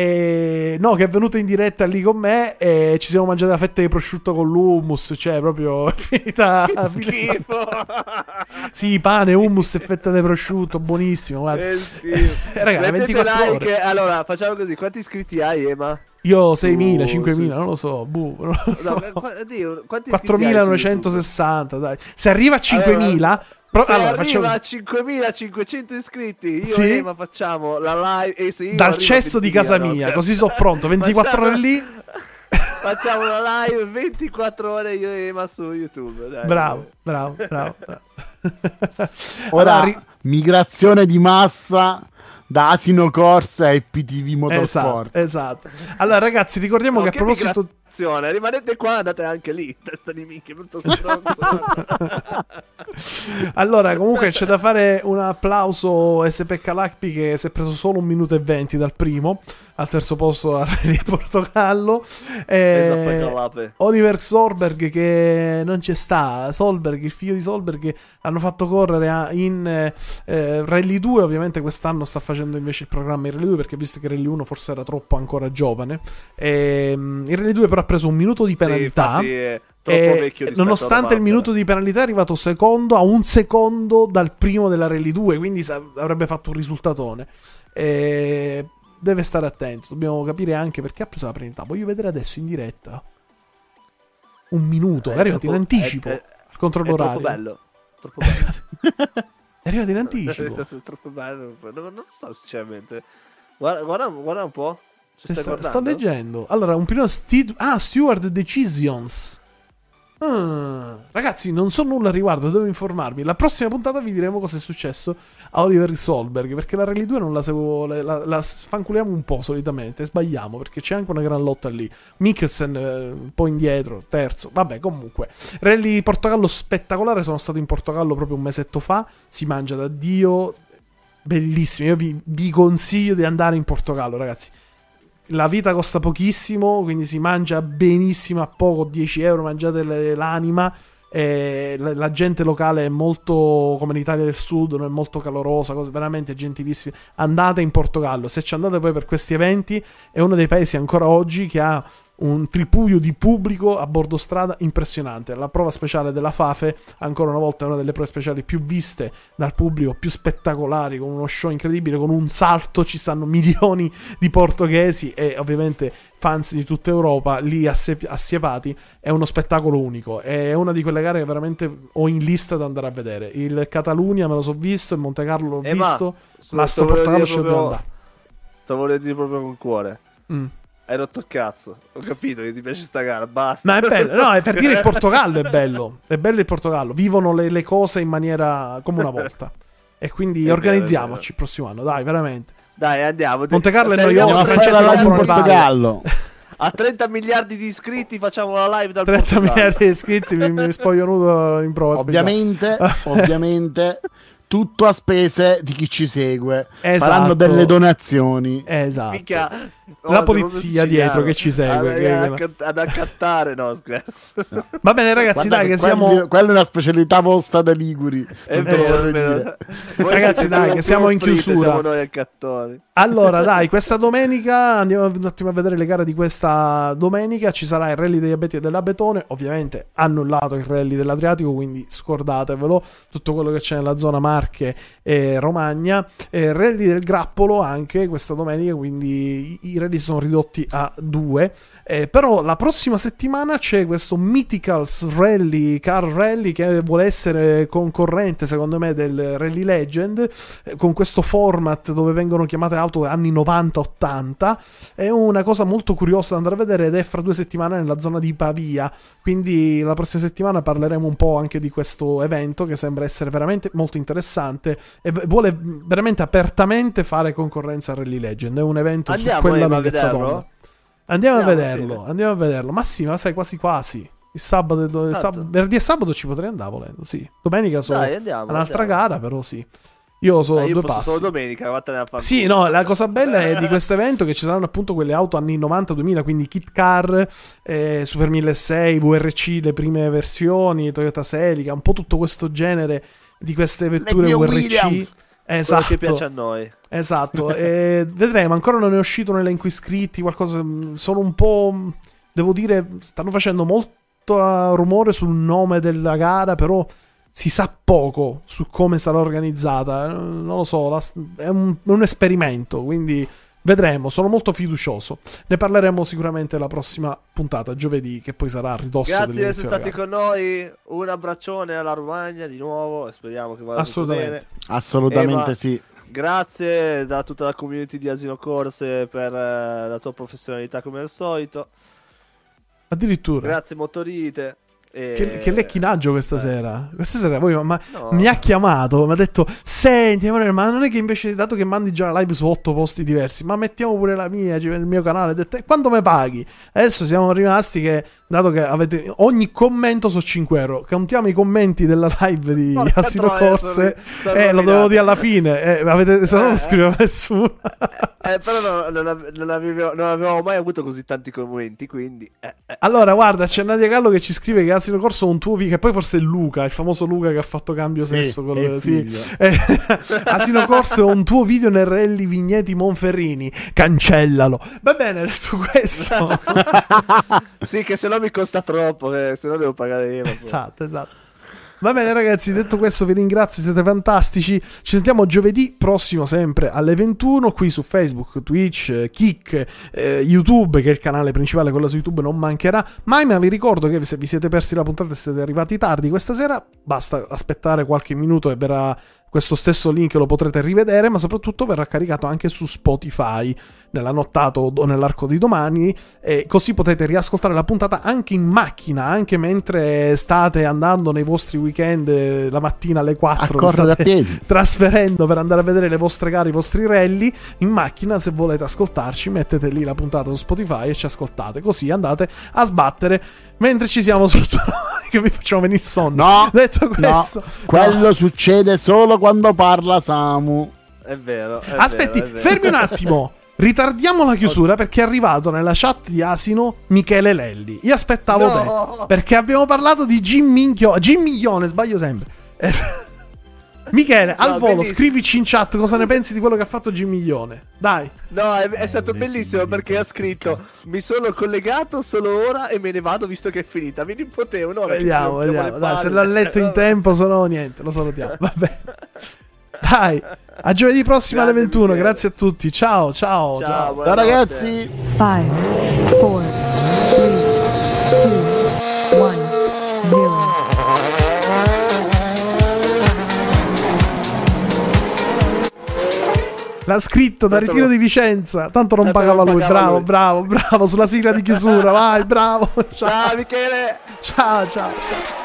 E, no, che è venuto in diretta lì con me e ci siamo mangiati la fetta di prosciutto con l'hummus, cioè proprio è finita... Che finita- schifo. Sì, pane, hummus e fetta di prosciutto, buonissimo, guarda. Che schifo. Eh, raga, Mettete ventiquattro like. ore. Allora, facciamo così. Quanti iscritti hai, Ema? Io seimila, Uh, cinquemila, sì. non lo so, boh, non lo so. No, qu- Dio, quanti iscritti hai su YouTube? quattromilanovecentosessanta, dai. Se arriva a cinquemila, Allora, pro- se allora arriva facciamo a cinquemilacinquecento iscritti, io Sì? e Ema facciamo la live e se io dal arrivo a cesso di casa ventimila, mia, no? così so pronto, ventiquattro ore Facciamo- lì. Facciamo una live ventiquattro ore io e Ema su YouTube. Dai. Bravo, bravo, bravo, bravo. Ora, Allora, ri- migrazione di massa da Asino Corsa e P T V Motorsport. esatto, esatto. Allora, ragazzi, ricordiamo No, che a che proposito migrazione, rimanete qua, andate anche lì, testa di minchia, brutto stronzo. Allora, comunque c'è da fare un applauso a S P K Lacpi che si è preso solo un minuto e venti dal primo al terzo posto a Rally Portogallo. Esatto, Eh, Calape. Oliver Solberg che non c'è sta, Solberg, il figlio di Solberg, che hanno fatto correre a- in eh, eh, Rally due. Ovviamente quest'anno sta facendo invece il programma in Rally due perché visto che Rally uno forse era troppo ancora giovane. E, mm, il Rally due però ha preso un minuto di penalità. Sì, infatti è troppo E vecchio rispetto nonostante a il Novanta. minuto di penalità è arrivato secondo a un secondo dal primo della Rally due, quindi sa- avrebbe fatto un risultatone. E deve stare attento, dobbiamo capire anche perché ha preso la penalità. Voglio vedere adesso in diretta un minuto, Eh, è arrivato in troppo- anticipo è- è- al controllo È troppo orario. bello. Troppo bello. È arrivato in anticipo. È troppo bello. Non, non so sinceramente. Guarda, guarda, guarda un po'. Ci stai Sta- sto guardando? leggendo. Allora, un primo sti- ah, Steward Decisions. Ah, ragazzi, non so nulla al riguardo, devo informarmi. La prossima puntata vi diremo cosa è successo a Oliver Solberg, perché la Rally due non la seguo, la, la, la sfanculiamo un po' solitamente, sbagliamo, perché c'è anche una gran lotta lì. Mikkelsen eh, un po' indietro, terzo. Vabbè, comunque. Rally Portogallo spettacolare, sono stato in Portogallo proprio un mesetto fa, si mangia da Dio, bellissimo. Io vi, vi consiglio di andare in Portogallo, ragazzi. La vita costa pochissimo, quindi si mangia benissimo a poco, dieci euro, mangiate le- l'anima. E la, la gente locale è molto, come l'Italia del Sud, non è molto calorosa, cose veramente gentilissime. Andate in Portogallo, se ci andate poi per questi eventi, è uno dei paesi ancora oggi che ha un tripudio di pubblico a bordo strada impressionante. La prova speciale della Fafe, ancora una volta, è una delle prove speciali più viste dal pubblico, più spettacolari, con uno show incredibile, con un salto ci stanno milioni di portoghesi e ovviamente fans di tutta Europa lì assie- assiepati. È uno spettacolo unico, è una di quelle gare che veramente ho in lista da andare a vedere. Il Catalunia me lo so visto, il Monte Carlo l'ho Eh, ma- visto, Su- ma te sto volevo Portogallo dire ci devo proprio- andare. Te lo volevo dire proprio con cuore. Mm. Hai rotto il cazzo. Ho capito che ti piace sta gara, basta. No, è bello, no, è per dire il Portogallo è bello. È bello il Portogallo. Vivono le, le cose in maniera come una volta. E quindi È organizziamoci vero, è vero. il prossimo anno, dai, veramente. Dai, andiamo. Monte Carlo è Se noioso, andiamo i a francesi fare la rompono live il in Portogallo. A trenta miliardi di iscritti facciamo la live dal trenta Portogallo. miliardi di iscritti, mi, mi spoglio nudo in prova speciale. Ovviamente, ovviamente, tutto a spese di chi ci segue. Esatto. Faranno delle donazioni. Esatto. Mica, La oh, polizia non dietro che ci segue, Ad, che- ad, accat- ad accattare, no, scherzo. Va bene, ragazzi, Guarda dai, che quelli- siamo. Quella è una specialità vostra da Liguri. È non vero, posso è vero. dire. Voi Ragazzi, siete dai, quelli che siamo in offrite, chiusura. Siamo noi accattoni. Allora, dai, questa domenica andiamo un attimo a vedere le gare di questa domenica. Ci sarà il rally degli Abeti e dell'Abetone. Ovviamente annullato il rally dell'Adriatico, quindi scordatevelo. Tutto quello che c'è nella zona Marche e Romagna. E rally del Grappolo anche questa domenica, quindi i, i rally sono ridotti a due. Eh, però la prossima settimana c'è questo Mythicals Rally, Car Rally, che vuole essere concorrente, secondo me, del Rally Legend, eh, con questo format dove vengono chiamate auto anni novanta ottanta. È una cosa molto curiosa da andare a vedere ed è fra due settimane nella zona di Pavia, quindi la prossima settimana parleremo un po' anche di questo evento che sembra essere veramente molto interessante e v- vuole veramente apertamente fare concorrenza al Rally Legend. È un evento Andiamo, su quella Ema, a lunghezza vederlo? d'onda. Andiamo, Andiamo, a vederlo, sì. andiamo a vederlo. Ma sì, ma sai, quasi quasi. Il sabato, e do- il Tanto. sab- venerdì e sabato ci potrei andare volendo, sì. Domenica so Dai, andiamo, un'altra andiamo. gara, però sì. Io so Ah, io due posso passi. solo domenica, vattene a fare. Sì, no, la cosa bella è di questo evento che ci saranno appunto quelle auto anni novanta duemila, quindi Kit Car, eh, Super milleseicento, V R C, le prime versioni, Toyota Celica, un po' tutto questo genere di queste vetture Mio V R C. Williams. Esatto. Quello che piace a noi. Esatto, e vedremo, ancora non è uscito un elenco iscritti, qualcosa, sono un po', devo dire, stanno facendo molto uh, rumore sul nome della gara, però si sa poco su come sarà organizzata, eh, non lo so, la- è un, un esperimento, quindi vedremo, sono molto fiducioso. Ne parleremo sicuramente la prossima puntata, giovedì, che poi sarà a ridosso Grazie di dell'inizio essere della stati gara. con noi. Un abbraccione alla Romagna di nuovo. E speriamo che vada tutto Assolutamente. bene. Assolutamente Ema, sì. Grazie da tutta la community di Asino Corse per eh, la tua professionalità come al solito. Addirittura. Grazie Motorite. E... Che, che lecchinaggio questa Eh. sera. Questa sera poi ma, No. mi ha chiamato, mi ha detto: Senti, Emanuele, ma non è che invece, dato che mandi già la live su otto posti diversi, ma mettiamo pure la mia, cioè il mio canale. Ho detto: "E quanto me paghi?" Adesso siamo rimasti che, dato che avete ogni commento su cinque euro, contiamo i commenti della live di Porca Asino troia, Corse. sono- sono Eh, lo rovinato. dovevo dire alla fine. Eh, avete, se no non Eh, scriveva nessuno. Eh, però no- non, ave- non avevo, non avevamo mai avuto così tanti commenti, quindi... eh, eh. Allora, guarda, c'è Nadia Gallo che ci scrive che Asino Corso è un tuo video, che poi forse è Luca, il famoso Luca che ha fatto cambio Sì, sesso è con il sì. figlio. Eh, Asino Corso è un tuo video nel rally Vigneti Monferrini, cancellalo. Va bene, detto questo. Sì, che se no mi costa troppo, eh, se no devo pagare Eva. Esatto, esatto. Va bene ragazzi, detto questo vi ringrazio, siete fantastici. Ci sentiamo giovedì prossimo sempre alle ventuno qui su Facebook, Twitch, eh, Kick, eh, YouTube, che è il canale principale, quello su YouTube non mancherà mai, ma vi ricordo che se vi siete persi la puntata e siete arrivati tardi questa sera, basta aspettare qualche minuto e verrà questo stesso link, lo potrete rivedere, ma soprattutto verrà caricato anche su Spotify nella nottata o nell'arco di domani, e così potete riascoltare la puntata anche in macchina, anche mentre state andando nei vostri weekend eh, la mattina alle A quattro, vi correre a state piedi. trasferendo per andare a vedere le vostre gare, i vostri rally in macchina. Se volete ascoltarci, mettete lì la puntata su Spotify e ci ascoltate, così andate a sbattere mentre ci siamo sotto noi, che vi facciamo venire il sonno. No, Detto no, questo, quello no. succede solo quando parla Samu. È vero. È Aspetti, vero, è vero. fermi un attimo. Ritardiamo la chiusura perché è arrivato nella chat di Asino Michele Lelli. Io aspettavo No. te perché abbiamo parlato di Jim Minchio, Jim Miglione, sbaglio sempre. Eh, Michele, al No, volo, bellissimo. scrivici in chat cosa ne pensi di quello che ha fatto Gimiglione. Dai. No, è, è stato bellissimo perché ha scritto: mi sono collegato solo ora e me ne vado visto che è finita. Mi nipote un'ora. che Vediamo, ci rompiamo vediamo. le Dai, se palle. l'ha letto in tempo, se no niente, lo salutiamo. Vabbè. Dai, a giovedì prossimo alle Grande ventuno. Michele. Grazie a tutti. Ciao, ciao, Ciao, ciao. Ciao buonanotte. ragazzi. Five, four, three, two, one, zero. L'ha scritto da Tanto Ritiro lo- di Vicenza. Tanto non Tanto pagava non lui. pagava Bravo, lui. bravo, bravo. Sulla sigla di chiusura. Vai, bravo. Ciao, Ciao Michele. ciao, ciao. ciao.